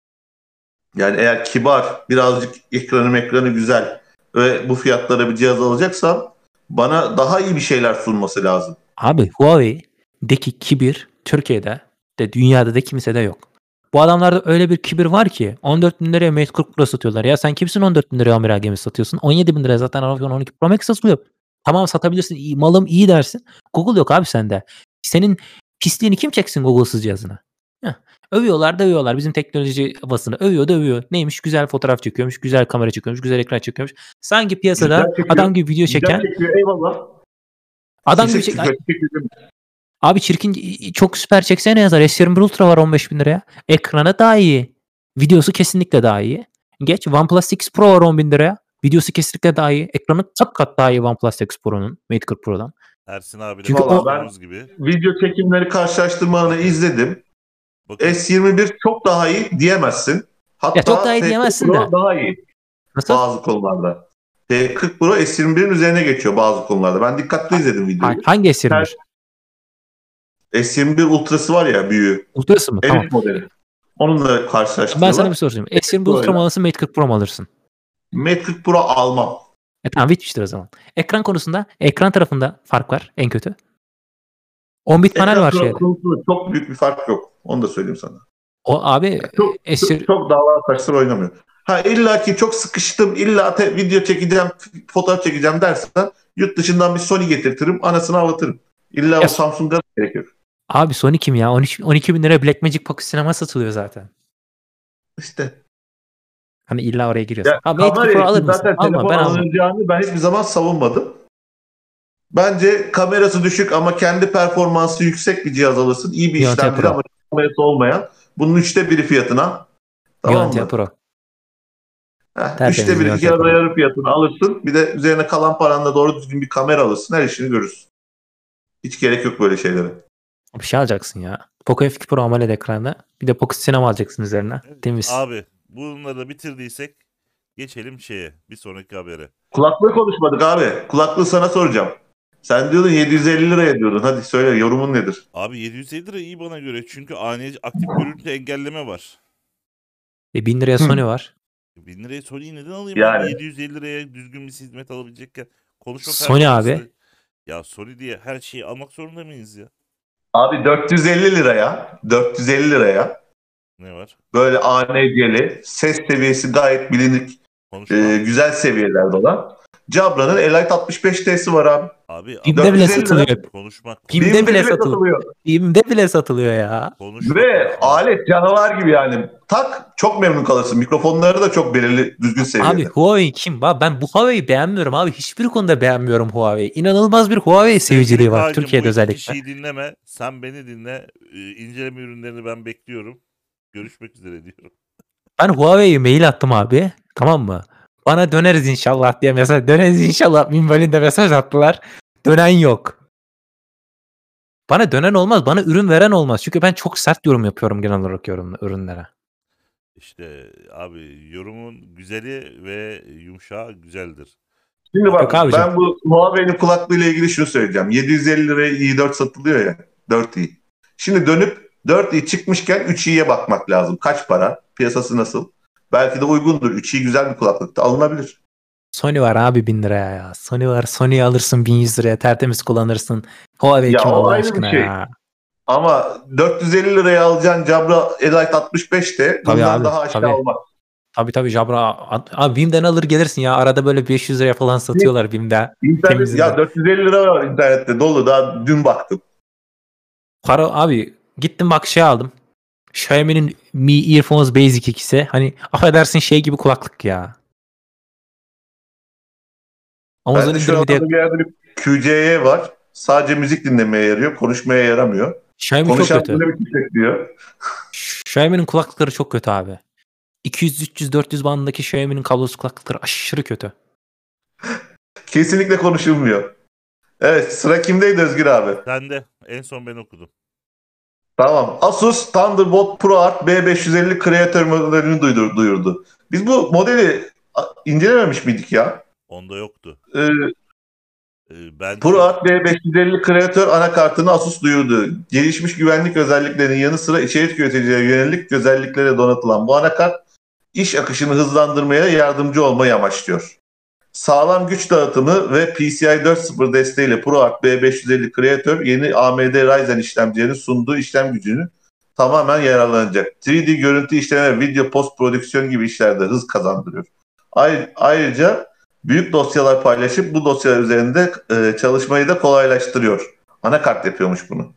Yani eğer kibar, birazcık ekranı ekranı güzel ve bu fiyatlara bir cihaz alacaksam bana daha iyi bir şeyler sunması lazım. Abi Huawei'deki kibir Türkiye'de de dünyada da kimsede yok. Bu adamlarda öyle bir kibir var ki on dört bin liraya Mate kırk Pro satıyorlar. Ya sen kimsin on dört bin liraya Amiral Gemi satıyorsun? on yedi bin liraya zaten iPhone on iki Pro Max satılıyor. Tamam satabilirsin. İyi, malım iyi dersin. Google yok abi sende. Senin pisliğini kim çeksin Google'sız cihazına? Heh. Övüyorlar da övüyorlar. Bizim teknoloji basını övüyor da övüyor. Neymiş? Güzel fotoğraf çekiyormuş. Güzel kamera çekiyormuş. Güzel ekran çekiyormuş. Sanki piyasada adam gibi video çeken. Çekiyor, eyvallah. Adam gibi çek. Abi çirkin çok süper çeksene yazar. S yirmi bir Ultra var on beş bin liraya. Ekranı daha iyi. Videosu kesinlikle daha iyi. Geç OnePlus X Pro var on bin liraya. Videosu kesinlikle daha iyi. Ekranı kat kat daha iyi OnePlus X Pro'nun. Mate kırk Pro'dan. Ersin abi de Çünkü o, ben gibi. Video çekimleri karşılaştırmalarını izledim. Bakın. S yirmi bir çok daha iyi diyemezsin. Hatta ya çok daha iyi diyemezsin Pro de. daha iyi. Nasıl? Bazı konularda. T kırk Pro S yirmi birin üzerine geçiyor bazı konularda. Ben dikkatli ha, izledim videoyu. Hangi S yirmi bir? Her, S yirmi bir Ultra'sı var ya büyüğü. Ultra'sı mı? Elit tamam. modeli. Onunla karşılaştırıyorlar. Ben sana bir soru sorayım. S yirmi bir Ultra mı alırsın, Mate kırk Pro mu alırsın? Mate kırk Pro almam. E tamam bitmiştir o zaman. Ekran konusunda ekran tarafında fark var en kötü. on bit panel var şeyde. Çok büyük bir fark yok. Onu da söyleyeyim sana. O abi çok, esir... çok, çok dava taşlar oynamıyor. Ha illa ki çok sıkıştım, illa te, video çekeceğim, fotoğraf çekeceğim dersen yurt dışından bir Sony getirtirim, anasını ağlatırım. İlla ya, o Samsung'da gerekiyor. Abi Sony kim ya? on üç, on iki bin liraya Blackmagic Pocket Cinema satılıyor zaten. İşte. Hani illa oraya giriyorsun. Ya, ha Mate Pro alır mısın? Alma, ben alınacağını ben hiçbir zaman savunmadım. Bence kamerası düşük ama kendi performansı yüksek bir cihaz alırsın. İyi bir işlemci ama kamerası olmayan. Bunun üçte biri fiyatına. Tamam mı? Pro. Heh, üçte biri cihaz ayarı fiyatını alırsın. Bir de üzerine kalan paranla doğru düzgün bir kamera alırsın. Her işini görürsün. Hiç gerek yok böyle şeylere. Bir şey alacaksın ya. Poco F iki Pro AMOLED ekranı. Bir de Pocket Cinema alacaksın üzerine. Temiz. Abi bunları da bitirdiysek geçelim şeye. Bir sonraki habere. Kulaklığı konuşmadık abi. Kulaklığı sana soracağım. Sen diyordun yedi yüz elli liraya diyordun. Hadi söyle, yorumun nedir? Abi yedi yüz elli lira iyi bana göre. Çünkü ani aktif görüntü engelleme var. E bin liraya Sony var. bin liraya Sony'yi neden alayım yani. abi? yedi yüz elli liraya düzgün bir hizmet alabilecekken. Konuşma Sony abi. Ya Sony diye her şeyi almak zorunda mıyız ya? Abi dört yüz elli liraya, dört yüz elli liraya ne var? Böyle A N C'li, ses seviyesi gayet bilindik, e, güzel seviyelerde olan Jabra'nın Elite altmış beş T'si var abi. Abi Bim'de bile satılıyor. Konuşmak. Bim'de, Bim'de bile satılıyor. Bim'de bile satılıyor ya. Konuşmak. Ve konuşmak. Alet canavar gibi yani. Tak çok memnun kalırsın. Mikrofonları da çok belirli, düzgün seviyede. Abi Huawei kim? Ben bu Huawei'yi beğenmiyorum abi. Hiçbir konuda beğenmiyorum Huawei'yi. İnanılmaz bir Huawei seviciliği var Hacım, Türkiye'de özellikle. Bu kişiyi dinleme. Sen beni dinle. Ee, inceleme ürünlerini ben bekliyorum. Görüşmek üzere diyorum. Ben Huawei'ye mail attım abi. Tamam mı? Bana döneriz inşallah diye mesaj. Döneriz inşallah minvalinde mesaj attılar. Dönen yok. Bana dönen olmaz. Bana ürün veren olmaz. Çünkü ben çok sert yorum yapıyorum genel olarak yorum, ürünlere. İşte abi yorumun güzeli ve yumuşağı güzeldir. Şimdi bak ben bu Huawei'nin kulaklığıyla ilgili şunu söyleyeceğim. yedi yüz elli liraya i dört satılıyor ya. dört i. Şimdi dönüp dört i çıkmışken üç i'ye bakmak lazım. Kaç para? Piyasası nasıl? Belki de uygundur. üç i güzel bir kulaklıkta alınabilir. Sony var abi bin liraya ya. Sony var. Sony'yi alırsın bin yüz liraya. Tertemiz kullanırsın. Huawei ya kim Allah aşkına şey. ya. Ama dört yüz elli liraya alacağın Jabra Elite altmış beş de bundan daha aşağı olmaz. Tabii tabii Jabra. Abi Bim'den alır gelirsin ya. Arada böyle beş yüz liraya falan satıyorlar Bim'de. İnternet, ya dört yüz elli lira var internette dolu. Daha dün baktım. Para abi gittim bak şey aldım. Xiaomi'nin Mi Earphones Basic ikisi. Hani affedersin şey gibi kulaklık ya. Amazon indirimi diye. Bir yerde bir Q C Y var. Sadece müzik dinlemeye yarıyor. Konuşmaya yaramıyor. Xiaomi çok kötü. Bir Xiaomi'nin kulaklıkları çok kötü abi. iki yüz üç yüz dört yüz bandındaki Xiaomi'nin kablosuz kulaklıkları aşırı kötü. Kesinlikle konuşulmuyor. Evet, sıra kimdeydi Özgür abi? Sende. En son ben okudum. Tamam. Asus Thunderbolt ProArt B beş yüz elli Creator modelini duyurdu. Biz bu modeli incelememiş miydik ya? Onda yoktu. Ee, ee, ben ProArt B beş yüz elli Creator anakartını Asus duyurdu. Gelişmiş güvenlik özelliklerinin yanı sıra içerik üreticilerine yönelik özelliklere donatılan bu anakart iş akışını hızlandırmaya yardımcı olmayı amaçlıyor. Sağlam güç dağıtımı ve P C I dört nokta sıfır desteğiyle ProArt B beş yüz elli Creator yeni A M D Ryzen işlemcilerinin sunduğu işlem gücünü tamamen yararlanacak. üç D görüntü işleme, video post prodüksiyon gibi işlerde hız kazandırıyor. Ayrıca büyük dosyalar paylaşıp bu dosyalar üzerinde e, çalışmayı da kolaylaştırıyor. Anakart yapıyormuş bunu.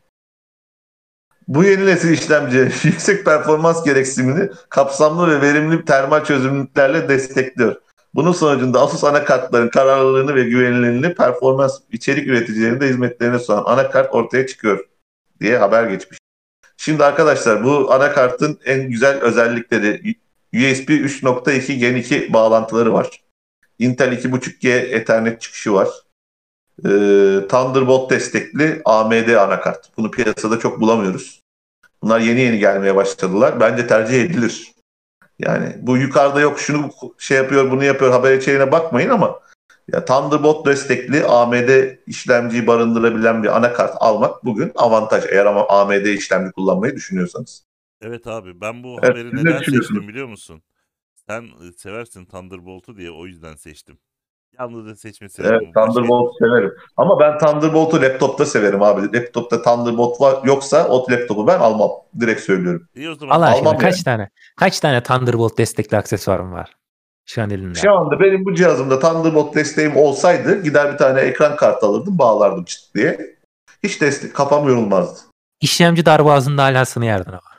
Bu yeni nesil işlemci yüksek performans gereksinimini kapsamlı ve verimli termal çözünürlüklerle destekliyor. Bunun sonucunda Asus anakartların kararlılığını ve güvenilirliğini performans içerik üreticilerinde hizmetlerine sunan anakart ortaya çıkıyor diye haber geçmiş. Şimdi arkadaşlar bu anakartın en güzel özellikleri U S B üç nokta iki Gen iki bağlantıları var. Intel iki buçuk G Ethernet çıkışı var. Ee, Thunderbolt destekli A M D anakart. Bunu piyasada çok bulamıyoruz. Bunlar yeni yeni gelmeye başladılar. Bence tercih edilir. Yani bu yukarıda yok şunu şey yapıyor bunu yapıyor haber içeriğine bakmayın ama ya Thunderbolt destekli A M D işlemciyi barındırabilen bir anakart almak bugün avantaj. Eğer ama A M D işlemci kullanmayı düşünüyorsanız. Evet abi ben bu Evet, haberi siz ne neden düşünüyorsunuz? seçtim biliyor musun? Sen e, seversin Thunderbolt'u diye o yüzden seçtim. Yalnızca seçme sebebim Evet, bu. Başka- Thunderbolt severim. Ama ben Thunderbolt'u laptopta severim abi. Laptopta Thunderbolt var yoksa o laptopu ben almam. Direkt söylüyorum. İyi o zaman. Allah aşkına Almam kaç yani. tane kaç tane Thunderbolt destekli aksesuarım var şu an elimde? Şu anda benim bu cihazımda Thunderbolt desteğim olsaydı gider bir tane ekran kartı alırdım bağlardım çıt diye. Hiç destek kafam yorulmazdı. İşlemci darboğazında alasını yerdin ama.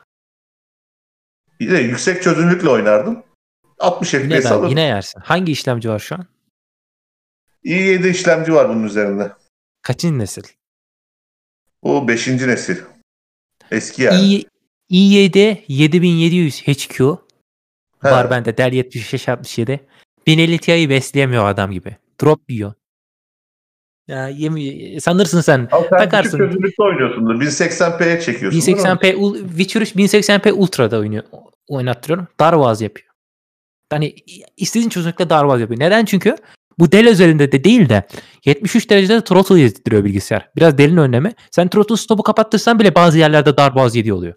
Yine yüksek çözünürlükle oynardım. altmış F P S Yine, ben, alırdım. yine yersin. Hangi işlemci var şu an? i yedi işlemci var bunun üzerinde. Kaçıncı nesil? Bu beşinci nesil. Eski yani. i i yedi yedi bin yedi yüz H Q He. var bende. Dell yetmiş beş altmış yedi. bin elli Ti'yi besleyemiyor adam gibi. Drop yiyor. Ya yemi sanırsın sen Ama sen takarsın. düşük çözünürlükte oynuyorsundur. bin seksen P'ye çekiyorsun. bin seksen p ul- Witcher bin seksen p Ultra'da oynuyor, oynattırıyorum. Darboğaz yapıyor. Hani istediğin çözünürlükle darboğaz yapıyor. Neden? Çünkü bu Dell özelinde de değil de yetmiş üç derecede throttle yedirtiyor bilgisayar. Biraz Dell'in önlemi. Sen throttle stop'u kapattırsan bile bazı yerlerde darboğaz yediği oluyor.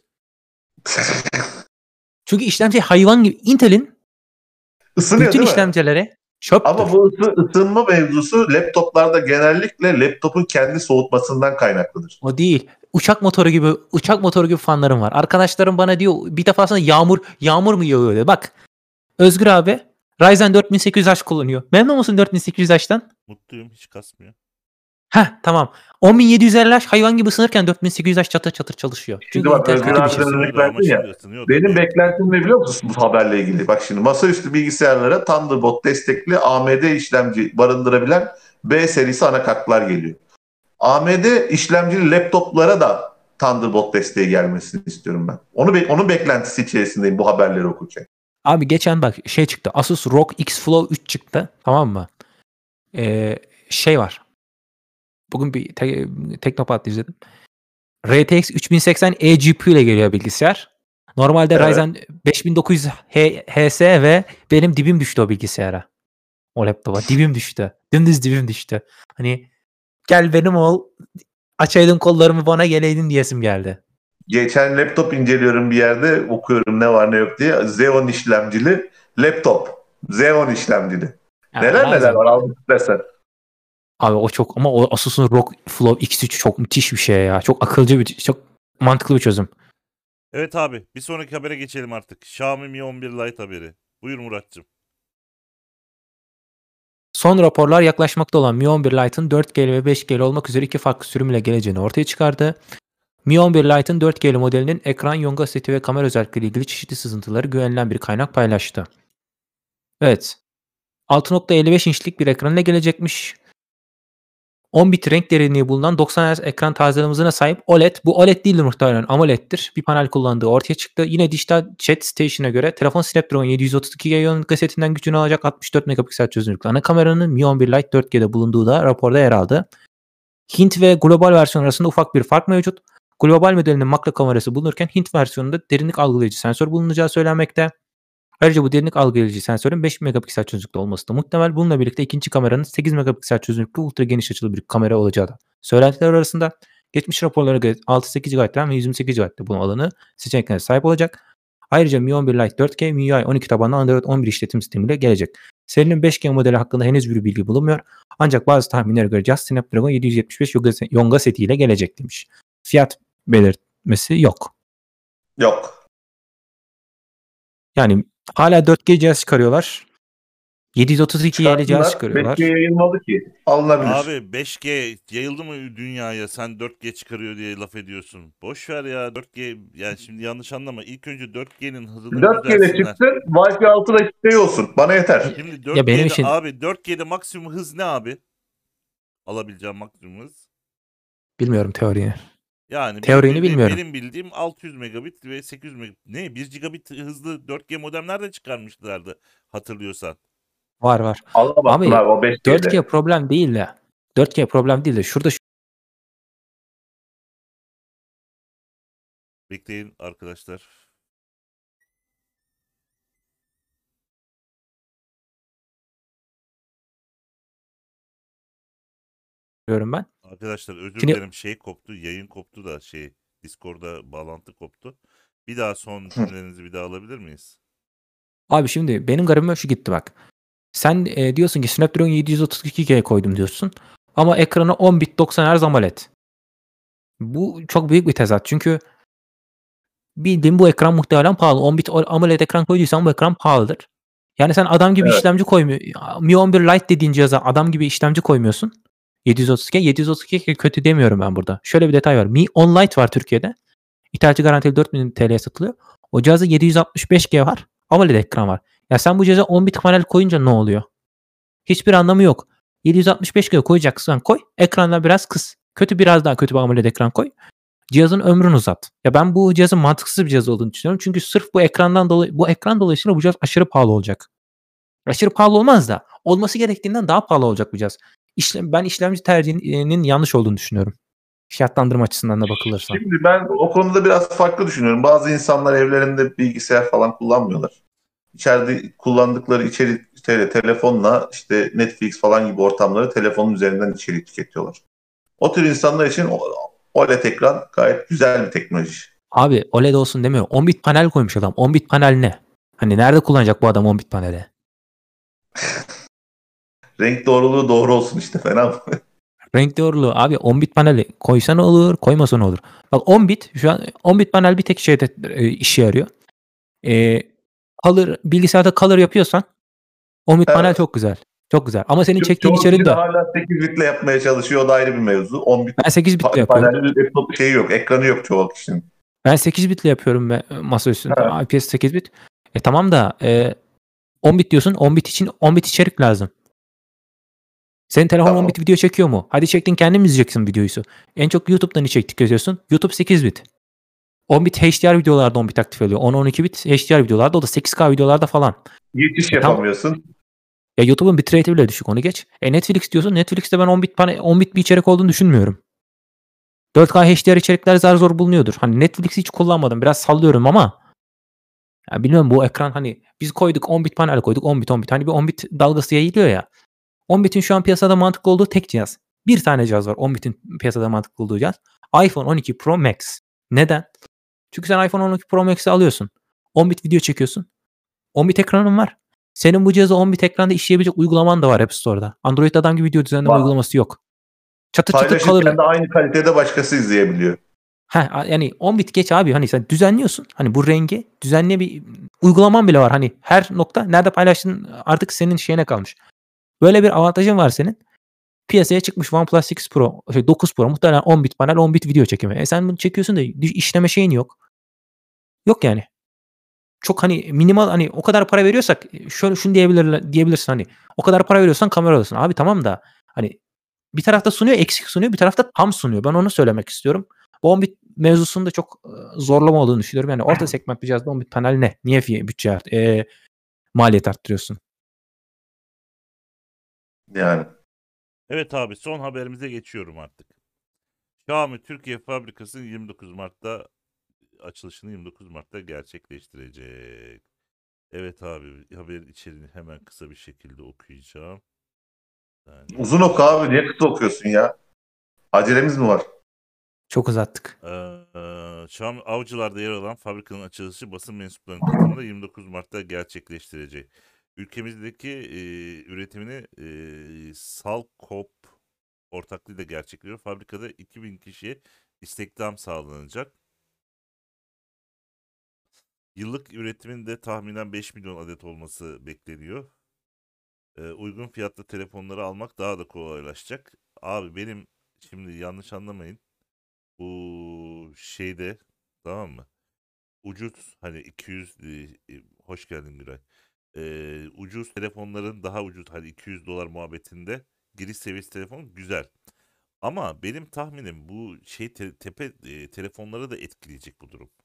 Çünkü işlemci hayvan gibi. Intel'in Isınıyor bütün değil mi? işlemcileri çöptür. Ama bu ısı, ısınma mevzusu laptoplarda genellikle laptopun kendi soğutmasından kaynaklıdır. O değil. Uçak motoru gibi uçak motoru gibi fanlarım var. Arkadaşlarım bana diyor bir defasında yağmur yağmur mu yağıyor diyor. Bak Özgür abi Ryzen dört bin sekiz yüz H kullanıyor. Memnun musun dört bin sekiz yüz H'tan? Mutluyum hiç kasmıyor. Heh tamam. on bin yedi yüz elli H hayvan gibi ısınırken dört bin sekiz yüz H çatır çatır çalışıyor. Şimdi Çünkü bak, Intel Özgür kötü bir abi şey. de- Isınıyordu örnek verdin ama ya. şimdi ısınıyor Benim tabii. beklentim ne biliyor musun bu haberle ilgili? Bak şimdi masaüstü bilgisayarlara Thunderbolt destekli A M D işlemci barındırabilen B serisi anakartlar geliyor. A M D işlemcili laptoplara da Thunderbolt desteği gelmesini istiyorum ben. Onu be- onun beklentisi içerisindeyim bu haberleri okurken. Abi geçen bak şey çıktı. Asus R O G X Flow üç çıktı. Tamam mı? Ee, şey var. Bugün bir te- Teknopat'ta izledim. R T X üç bin seksen E G P U ile geliyor bilgisayar. Normalde Evet. Ryzen beş bin dokuz yüz H S ve benim dibim düştü o bilgisayara. O laptopa dibim düştü. Dümdüz dibim düştü. Hani gel benim ol açaydın kollarımı bana geleydin diyesim geldi. Geçen laptop inceliyorum bir yerde okuyorum ne var ne yok diye. Xeon işlemcili laptop. Xeon işlemcili. Ya neler neler lazım. var almak istersen. Abi o çok ama o Asus'un R O G Flow X üç çok müthiş bir şey ya. Çok akılcı bir çok mantıklı bir çözüm. Evet abi bir sonraki habere geçelim artık. Xiaomi Mi on bir Lite haberi. Buyur Muratcığım. Son raporlar yaklaşmakta olan Mi on bir Lite'ın dört G'li ve beş G'li olmak üzere iki farklı sürümle geleceğini ortaya çıkardı. Mi on bir Lite'ın dört G'li modelinin ekran, yonga seti ve kamera özellikleriyle ilgili çeşitli sızıntıları güvenilen bir kaynak paylaştı. Evet. altı nokta elli beş inçlik bir ekranla gelecekmiş. on bit renk derinliği bulunan doksan hertz ekran tazeleme hızına sahip O L E D. Bu O L E D değildir muhtemelen AMOLED'tir. Bir panel kullandığı ortaya çıktı. Yine Digital Chat Station'a göre telefon Snapdragon yedi yüz otuz iki G yonga setinden gücünü alacak altmış dört megapiksel çözünürlüklü ana kameranın Mi on bir Lite dört G'de bulunduğu da raporda yer aldı. Hint ve global versiyon arasında ufak bir fark mevcut. Global modelinin makro kamerası bulunurken Hint versiyonunda derinlik algılayıcı sensör bulunacağı söylenmekte. Ayrıca bu derinlik algılayıcı sensörün beş megapiksel çözünürlüklü olması da muhtemel. Bununla birlikte ikinci kameranın sekiz megapiksel çözünürlüklü ultra geniş açılı bir kamera olacağı da söylentiler arasında. Geçmiş raporlara göre altı sekiz gigabayt RAM ve yüz yirmi sekiz gigabayt bunun alanı seçeneklerine sahip olacak. Ayrıca Mi on bir Lite dört G, M I U I on iki tabanlı Android on bir işletim sistemiyle gelecek. Serinin beş G modeli hakkında henüz bir bilgi bulunmuyor. Ancak bazı tahminlere göre Just Snapdragon yedi yüz yetmiş beş yonga setiyle gelecek demiş. Fiyat belirtmesi yok. Yok. Yani hala dört G cihaz çıkarıyorlar. yedi yüz otuz iki Y'li cihaz Çıkarttılar. beş G çıkarıyorlar. yayılmadı ki. Alınabilir. Abi beş G yayıldı mı dünyaya, sen dört G çıkarıyor diye laf ediyorsun. Boş ver ya, dört G, yani şimdi yanlış anlama. İlk önce dört G'nin hızını dört G'de düzelsinler. çıktı. Wi-Fi altı da şey olsun. Bana yeter. Şimdi Ya benim dört G'de için abi, dört G'de maksimum hız ne abi? Alabileceğim maksimum hız. bilmiyorum teorini. Yani benim Teorini bildiğim, bilmiyorum. benim bildiğim altı yüz megabit ve sekiz yüz megabit. Ne? bir gigabit hızlı dört G modemler de çıkarmışlardı hatırlıyorsan. Var var. Alamazsın Abi abi o beş dört G G'de. problem değil de. dört G problem değil de şurada şu- Bekleyin arkadaşlar. diyorum ben. Arkadaşlar özür Şimdi dilerim, şey koptu, yayın koptu da şey, Discord'da bağlantı koptu. Bir daha son cümlelerinizi bir daha alabilir miyiz? abi şimdi benim garibime şu gitti bak. Sen e, diyorsun ki Snapdragon yedi yüz otuz iki G koydum diyorsun. Ama ekrana on bit doksan Hz AMOLED. Bu çok büyük bir tezat. Çünkü bildiğim bu ekran muhtemelen pahalı. on bit AMOLED ekran koyduysan bu ekran pahalıdır. Yani sen adam gibi Evet. işlemci koymuyor. Mi on bir Lite dediğin cihaza adam gibi işlemci koymuyorsun. yedi yüz otuz iki. yedi yüz otuz iki kötü demiyorum ben burada. Şöyle bir detay var. Mi on Lite var Türkiye'de. İthalatçı garantili dört bin T L'ye satılıyor. O cihazda yedi yüz altmış beş G var. AMOLED ekran var. Ya sen bu cihaza on bit panel koyunca ne oluyor? Hiçbir anlamı yok. yedi yüz altmış beş G koyacaksan koy. Ekrandan biraz kıs. Kötü, biraz daha kötü bir AMOLED ekran koy. Cihazın ömrünü uzat. Ya ben bu cihazın mantıksız bir cihaz olduğunu düşünüyorum. Çünkü sırf bu ekrandan dolayı bu ekran dolayısıyla bu cihaz aşırı pahalı olacak. Aşırı pahalı olmaz da olması gerektiğinden daha pahalı olacak bu cihaz. İşlem, ben işlemci tercihinin yanlış olduğunu düşünüyorum. Fiyatlandırma açısından da bakılırsa. Şimdi ben o konuda biraz farklı düşünüyorum. Bazı insanlar evlerinde bilgisayar falan kullanmıyorlar. İçeride kullandıkları içerik işte telefonla işte Netflix falan gibi ortamları telefonun üzerinden içerik tüketiyorlar. O tür insanlar için o- OLED ekran gayet güzel bir teknoloji. Abi O L E D olsun demiyor. on bit panel koymuş adam. on bit panel ne? Hani nerede kullanacak bu adam on bit paneli? Renk doğruluğu doğru olsun işte, fena mı? Renk doğruluğu abi on bit paneli koysan olur, koymasan olur. Bak on bit şu an on bit panel bir tek şeyde e, işe yarıyor. E, color, bilgisayarda color yapıyorsan on bit panel Evet. çok güzel. Çok güzel. Ama senin Ço- çektiğin Çoğu kişi içerik de de hala sekiz bitle yapmaya çalışıyor. O da ayrı bir mevzu. on bit ben sekiz bitle pa- yapıyorum. panelli laptop şeyi yok. Ekranı yok çoğu kişinin. Ben sekiz bitle yapıyorum ve masa üstünde. Evet. I P S sekiz bit. E tamam da e, on bit diyorsun. on bit için on bit içerik lazım. Senin telefon Tamam. on bit video çekiyor mu? Hadi çektin, kendin mi izleyeceksin videoyu? En çok YouTube'dan içerik tüketiyorsun. YouTube sekiz bit. on bit H D R videolarda on bit aktif oluyor. on on iki bit H D R videolarda, o da sekiz K videolarda falan. Geçiş E tam yapamıyorsun. ya YouTube'un bitrate'i bile düşük, onu geç. E Netflix diyorsun. Netflix'te ben on bit pane- on bit bir içerik olduğunu düşünmüyorum. dört K H D R içerikler zar zor bulunuyordur. Hani Netflix'i hiç kullanmadım. Biraz sallıyorum ama ya bilmiyorum, bu ekran hani biz koyduk on bit panel koyduk, on bit on bit. Hani bir on bit dalgası yayılıyor ya. on bitin şu an piyasada mantıklı olduğu tek cihaz. Bir tane cihaz var on bitin piyasada mantıklı olduğu cihaz. iPhone on iki Pro Max. Neden? Çünkü sen iPhone on iki Pro Max'i alıyorsun. on bit video çekiyorsun. on bit ekranın var. Senin bu cihazı on bit ekranda işleyebilecek uygulaman da var App Store'da. Android'de adam gibi video düzenleme Var. uygulaması yok. Çatır çatır Paylaşırken kalır. de aynı kalitede başkası izleyebiliyor. Ha, yani on bit geç abi, hani sen düzenliyorsun. Hani bu rengi düzenli bir uygulaman bile var. Hani her nokta nerede paylaştığın artık senin şeyine kalmış. Böyle bir avantajın var senin. Piyasaya çıkmış OnePlus sekiz Pro, şey dokuz Pro muhtemelen on bit panel, on bit video çekimi. E sen bunu çekiyorsun da işleme şeyin yok. Yok yani. Çok hani minimal, hani o kadar para veriyorsak şöyle şunu diyebilirler, diyebilirsin hani o kadar para veriyorsan kamera alırsın. Abi tamam da hani bir tarafta sunuyor, eksik sunuyor, bir tarafta tam sunuyor. Ben onu söylemek istiyorum. Bu on bit mevzusunda çok e, zorlama olduğunu düşünüyorum. Yani orta segment bir cihazda on bit panel ne? Niye fiye, bütçe art, e, maliyet arttırıyorsun? Yani. Evet abi, son haberimize geçiyorum artık. Xiaomi Türkiye fabrikası yirmi dokuz Mart'ta açılışını yirmi dokuz Mart'ta gerçekleştirecek. Evet abi, haberin içeriğini hemen kısa bir şekilde okuyacağım. Yani, Uzun oku abi. Niye kısa okuyorsun ya? Acelemiz mi var? Çok uzattık. Ee, Xiaomi Avcılar'da yer alan fabrikanın açılışı basın mensuplarının katılımıyla yirmi dokuz Mart'ta gerçekleştirecek. Ülkemizdeki e, üretimini e, Salkop ortaklığıyla gerçekleştiriyor. Fabrikada iki bin kişiye istihdam sağlanacak. Yıllık üretimin de tahminen beş milyon adet olması bekleniyor. Ee, uygun fiyatlı telefonları almak daha da kolaylaşacak. Abi benim şimdi yanlış anlamayın. Bu şeyde tamam mı? Ucuz hani iki yüz e, e, hoş geldin Güray. Ee, ucuz telefonların daha ucuz hani iki yüz dolar muhabbetinde giriş seviyesi telefon güzel. Ama benim tahminim bu şey te- tepe e, telefonları da etkileyecek bu durum.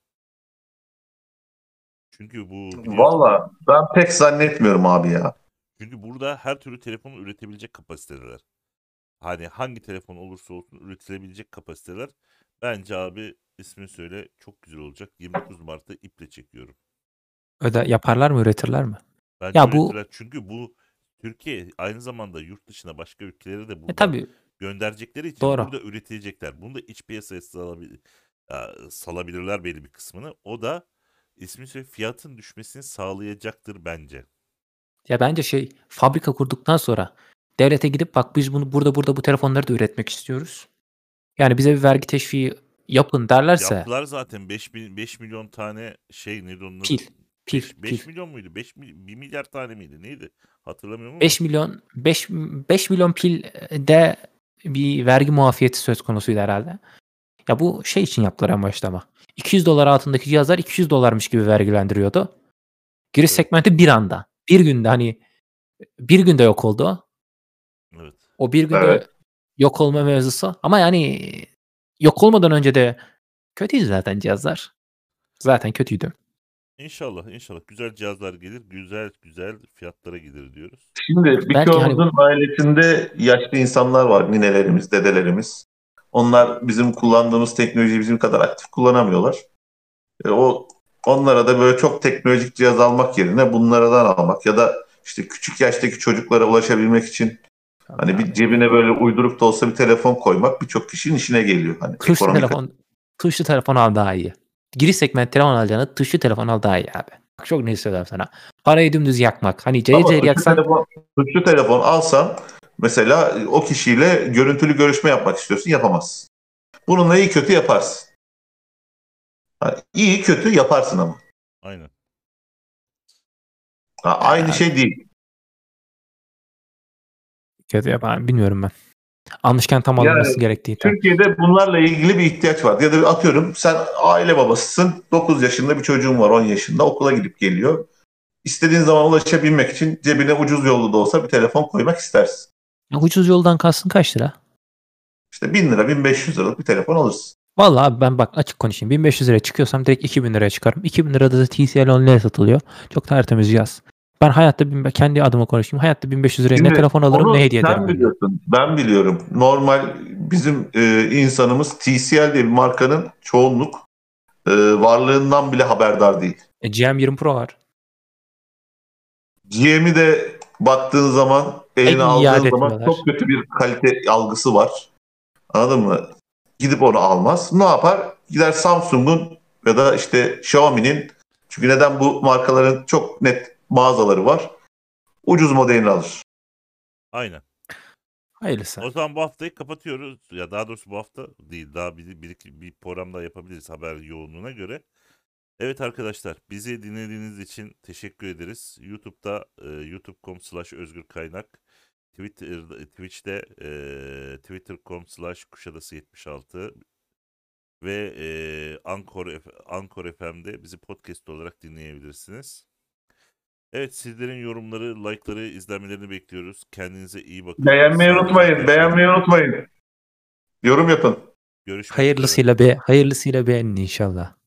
Çünkü bu biliyorsun Valla ben pek zannetmiyorum abi ya. çünkü burada her türlü telefonu üretebilecek kapasiteler. Hani hangi telefon olursa olsun üretilebilecek kapasiteler. Bence abi ismini söyle çok güzel olacak. yirmi dokuz Mart'ta iple çekiyorum. Öde yaparlar mı, üretirler mi? Bence Ya bu üretirler çünkü bu Türkiye aynı zamanda yurt dışına başka ülkelere de e, buradan tabii gönderecekleri için doğru. burada üretilecekler. Bunu da iç piyasaya salabil- ya, salabilirler belli bir kısmını. O da ismi söyle fiyatın düşmesini sağlayacaktır bence. Ya bence şey fabrika kurduktan sonra devlete gidip bak biz bunu burada burada bu telefonları da üretmek istiyoruz. Yani bize bir vergi teşviği yapın derlerse Yaptılar zaten beş bin, beş milyon tane şey neydi onun adı? pil pil beş, pil beş milyon muydu? beş, bir milyar tane miydi? Neydi? Hatırlamıyorum ama. beş milyon beş beş milyon pilde bir vergi muafiyeti söz konusuydu herhalde. Ya bu şey için yaptılar en başta ama. iki yüz dolar altındaki cihazlar iki yüz dolarmış gibi vergilendiriyordu. Giriş Evet. segmenti bir anda. Bir günde hani bir günde yok oldu o. Evet. O bir günde Evet. yok olma mevzusu. Ama yani yok olmadan önce de kötüydü zaten cihazlar. Zaten kötüydü. İnşallah inşallah güzel cihazlar gelir. Güzel güzel fiyatlara gelir diyoruz. Şimdi Belki hani birçoğumuzun ailesinde yaşlı insanlar var. Ninelerimiz, dedelerimiz. Onlar bizim kullandığımız teknolojiyi bizim kadar aktif kullanamıyorlar. E, o onlara da böyle çok teknolojik cihaz almak yerine bunlardan almak ya da işte küçük yaştaki çocuklara ulaşabilmek için hani bir cebine böyle uyduruk da olsa bir telefon koymak birçok kişinin işine geliyor. Hani tuşlu ekonomik telefon tuşlu telefon al daha iyi. Giriş segment telefon alacağına tuşlu telefon al daha iyi abi. Bak çok ne söylüyorum sana. Parayı dümdüz yakmak. Hani cayır ama cayır tuşlu yaksan telefon, tuşlu telefon alsan mesela o kişiyle görüntülü görüşme yapmak istiyorsun yapamazsın. Bununla iyi kötü yaparsın. Ha, iyi kötü yaparsın ama. Aynen. Ha, aynı şey değil. kötü yapar. Bilmiyorum ben. Almışken tam Yani alınması gerektiği tam. Türkiye'de bunlarla ilgili bir ihtiyaç var. Ya da atıyorum sen aile babasısın. dokuz yaşında bir çocuğun var on yaşında. Okula gidip geliyor. İstediğin zaman ulaşabilmek için cebine ucuz yollu da olsa bir telefon koymak istersin. Ya ucuz yoldan kastın kaç lira? İşte bin lira bin beş yüz liralık bir telefon alırsın. Vallahi abi ben bak açık konuşayım. bin beş yüz liraya çıkıyorsam direkt iki bin liraya çıkarım. iki bin lirada da T C L online'e satılıyor. Çok tertemiz cihaz. Ben hayatta bin, kendi adıma konuşayım. Hayatta bin beş yüz liraya ne telefon alırım onu ne hediye ederim sen birine. biliyorsun. Ben biliyorum. Normal bizim e, insanımız T C L diye bir markanın çoğunluk e, varlığından bile haberdar değil. E, G M yirmi Pro var. G M'i de baktığın zaman eline En aldığın iade zaman etmiyorlar. çok kötü bir kalite algısı var. Anladın mı? Gidip onu almaz. Ne yapar? Gider Samsung'un ya da işte Xiaomi'nin, çünkü neden, bu markaların çok net mağazaları var. Ucuz modelini alır. Aynen. Hayırlısı. O zaman bu haftayı kapatıyoruz. Ya daha doğrusu bu hafta değil. Daha bir, bir, bir, bir program daha yapabiliriz haber yoğunluğuna göre. Evet arkadaşlar bizi dinlediğiniz için teşekkür ederiz. YouTube'da e, youtube nokta com slash özgür kaynak, Twitter, Twitch'te e, twitter nokta com slash kuşadası yetmiş altı ve e, Anchor, Anchor F M'de bizi podcast olarak dinleyebilirsiniz. Evet sizlerin yorumları, like'ları, izlenmelerini bekliyoruz. Kendinize iyi bakın. Beğenmeyi Sağlıcakla unutmayın. kalın. Beğenmeyi unutmayın. Yorum yapın. Görüşmek üzere. Hayırlısıyla be hayırlısıyla beğenin inşallah.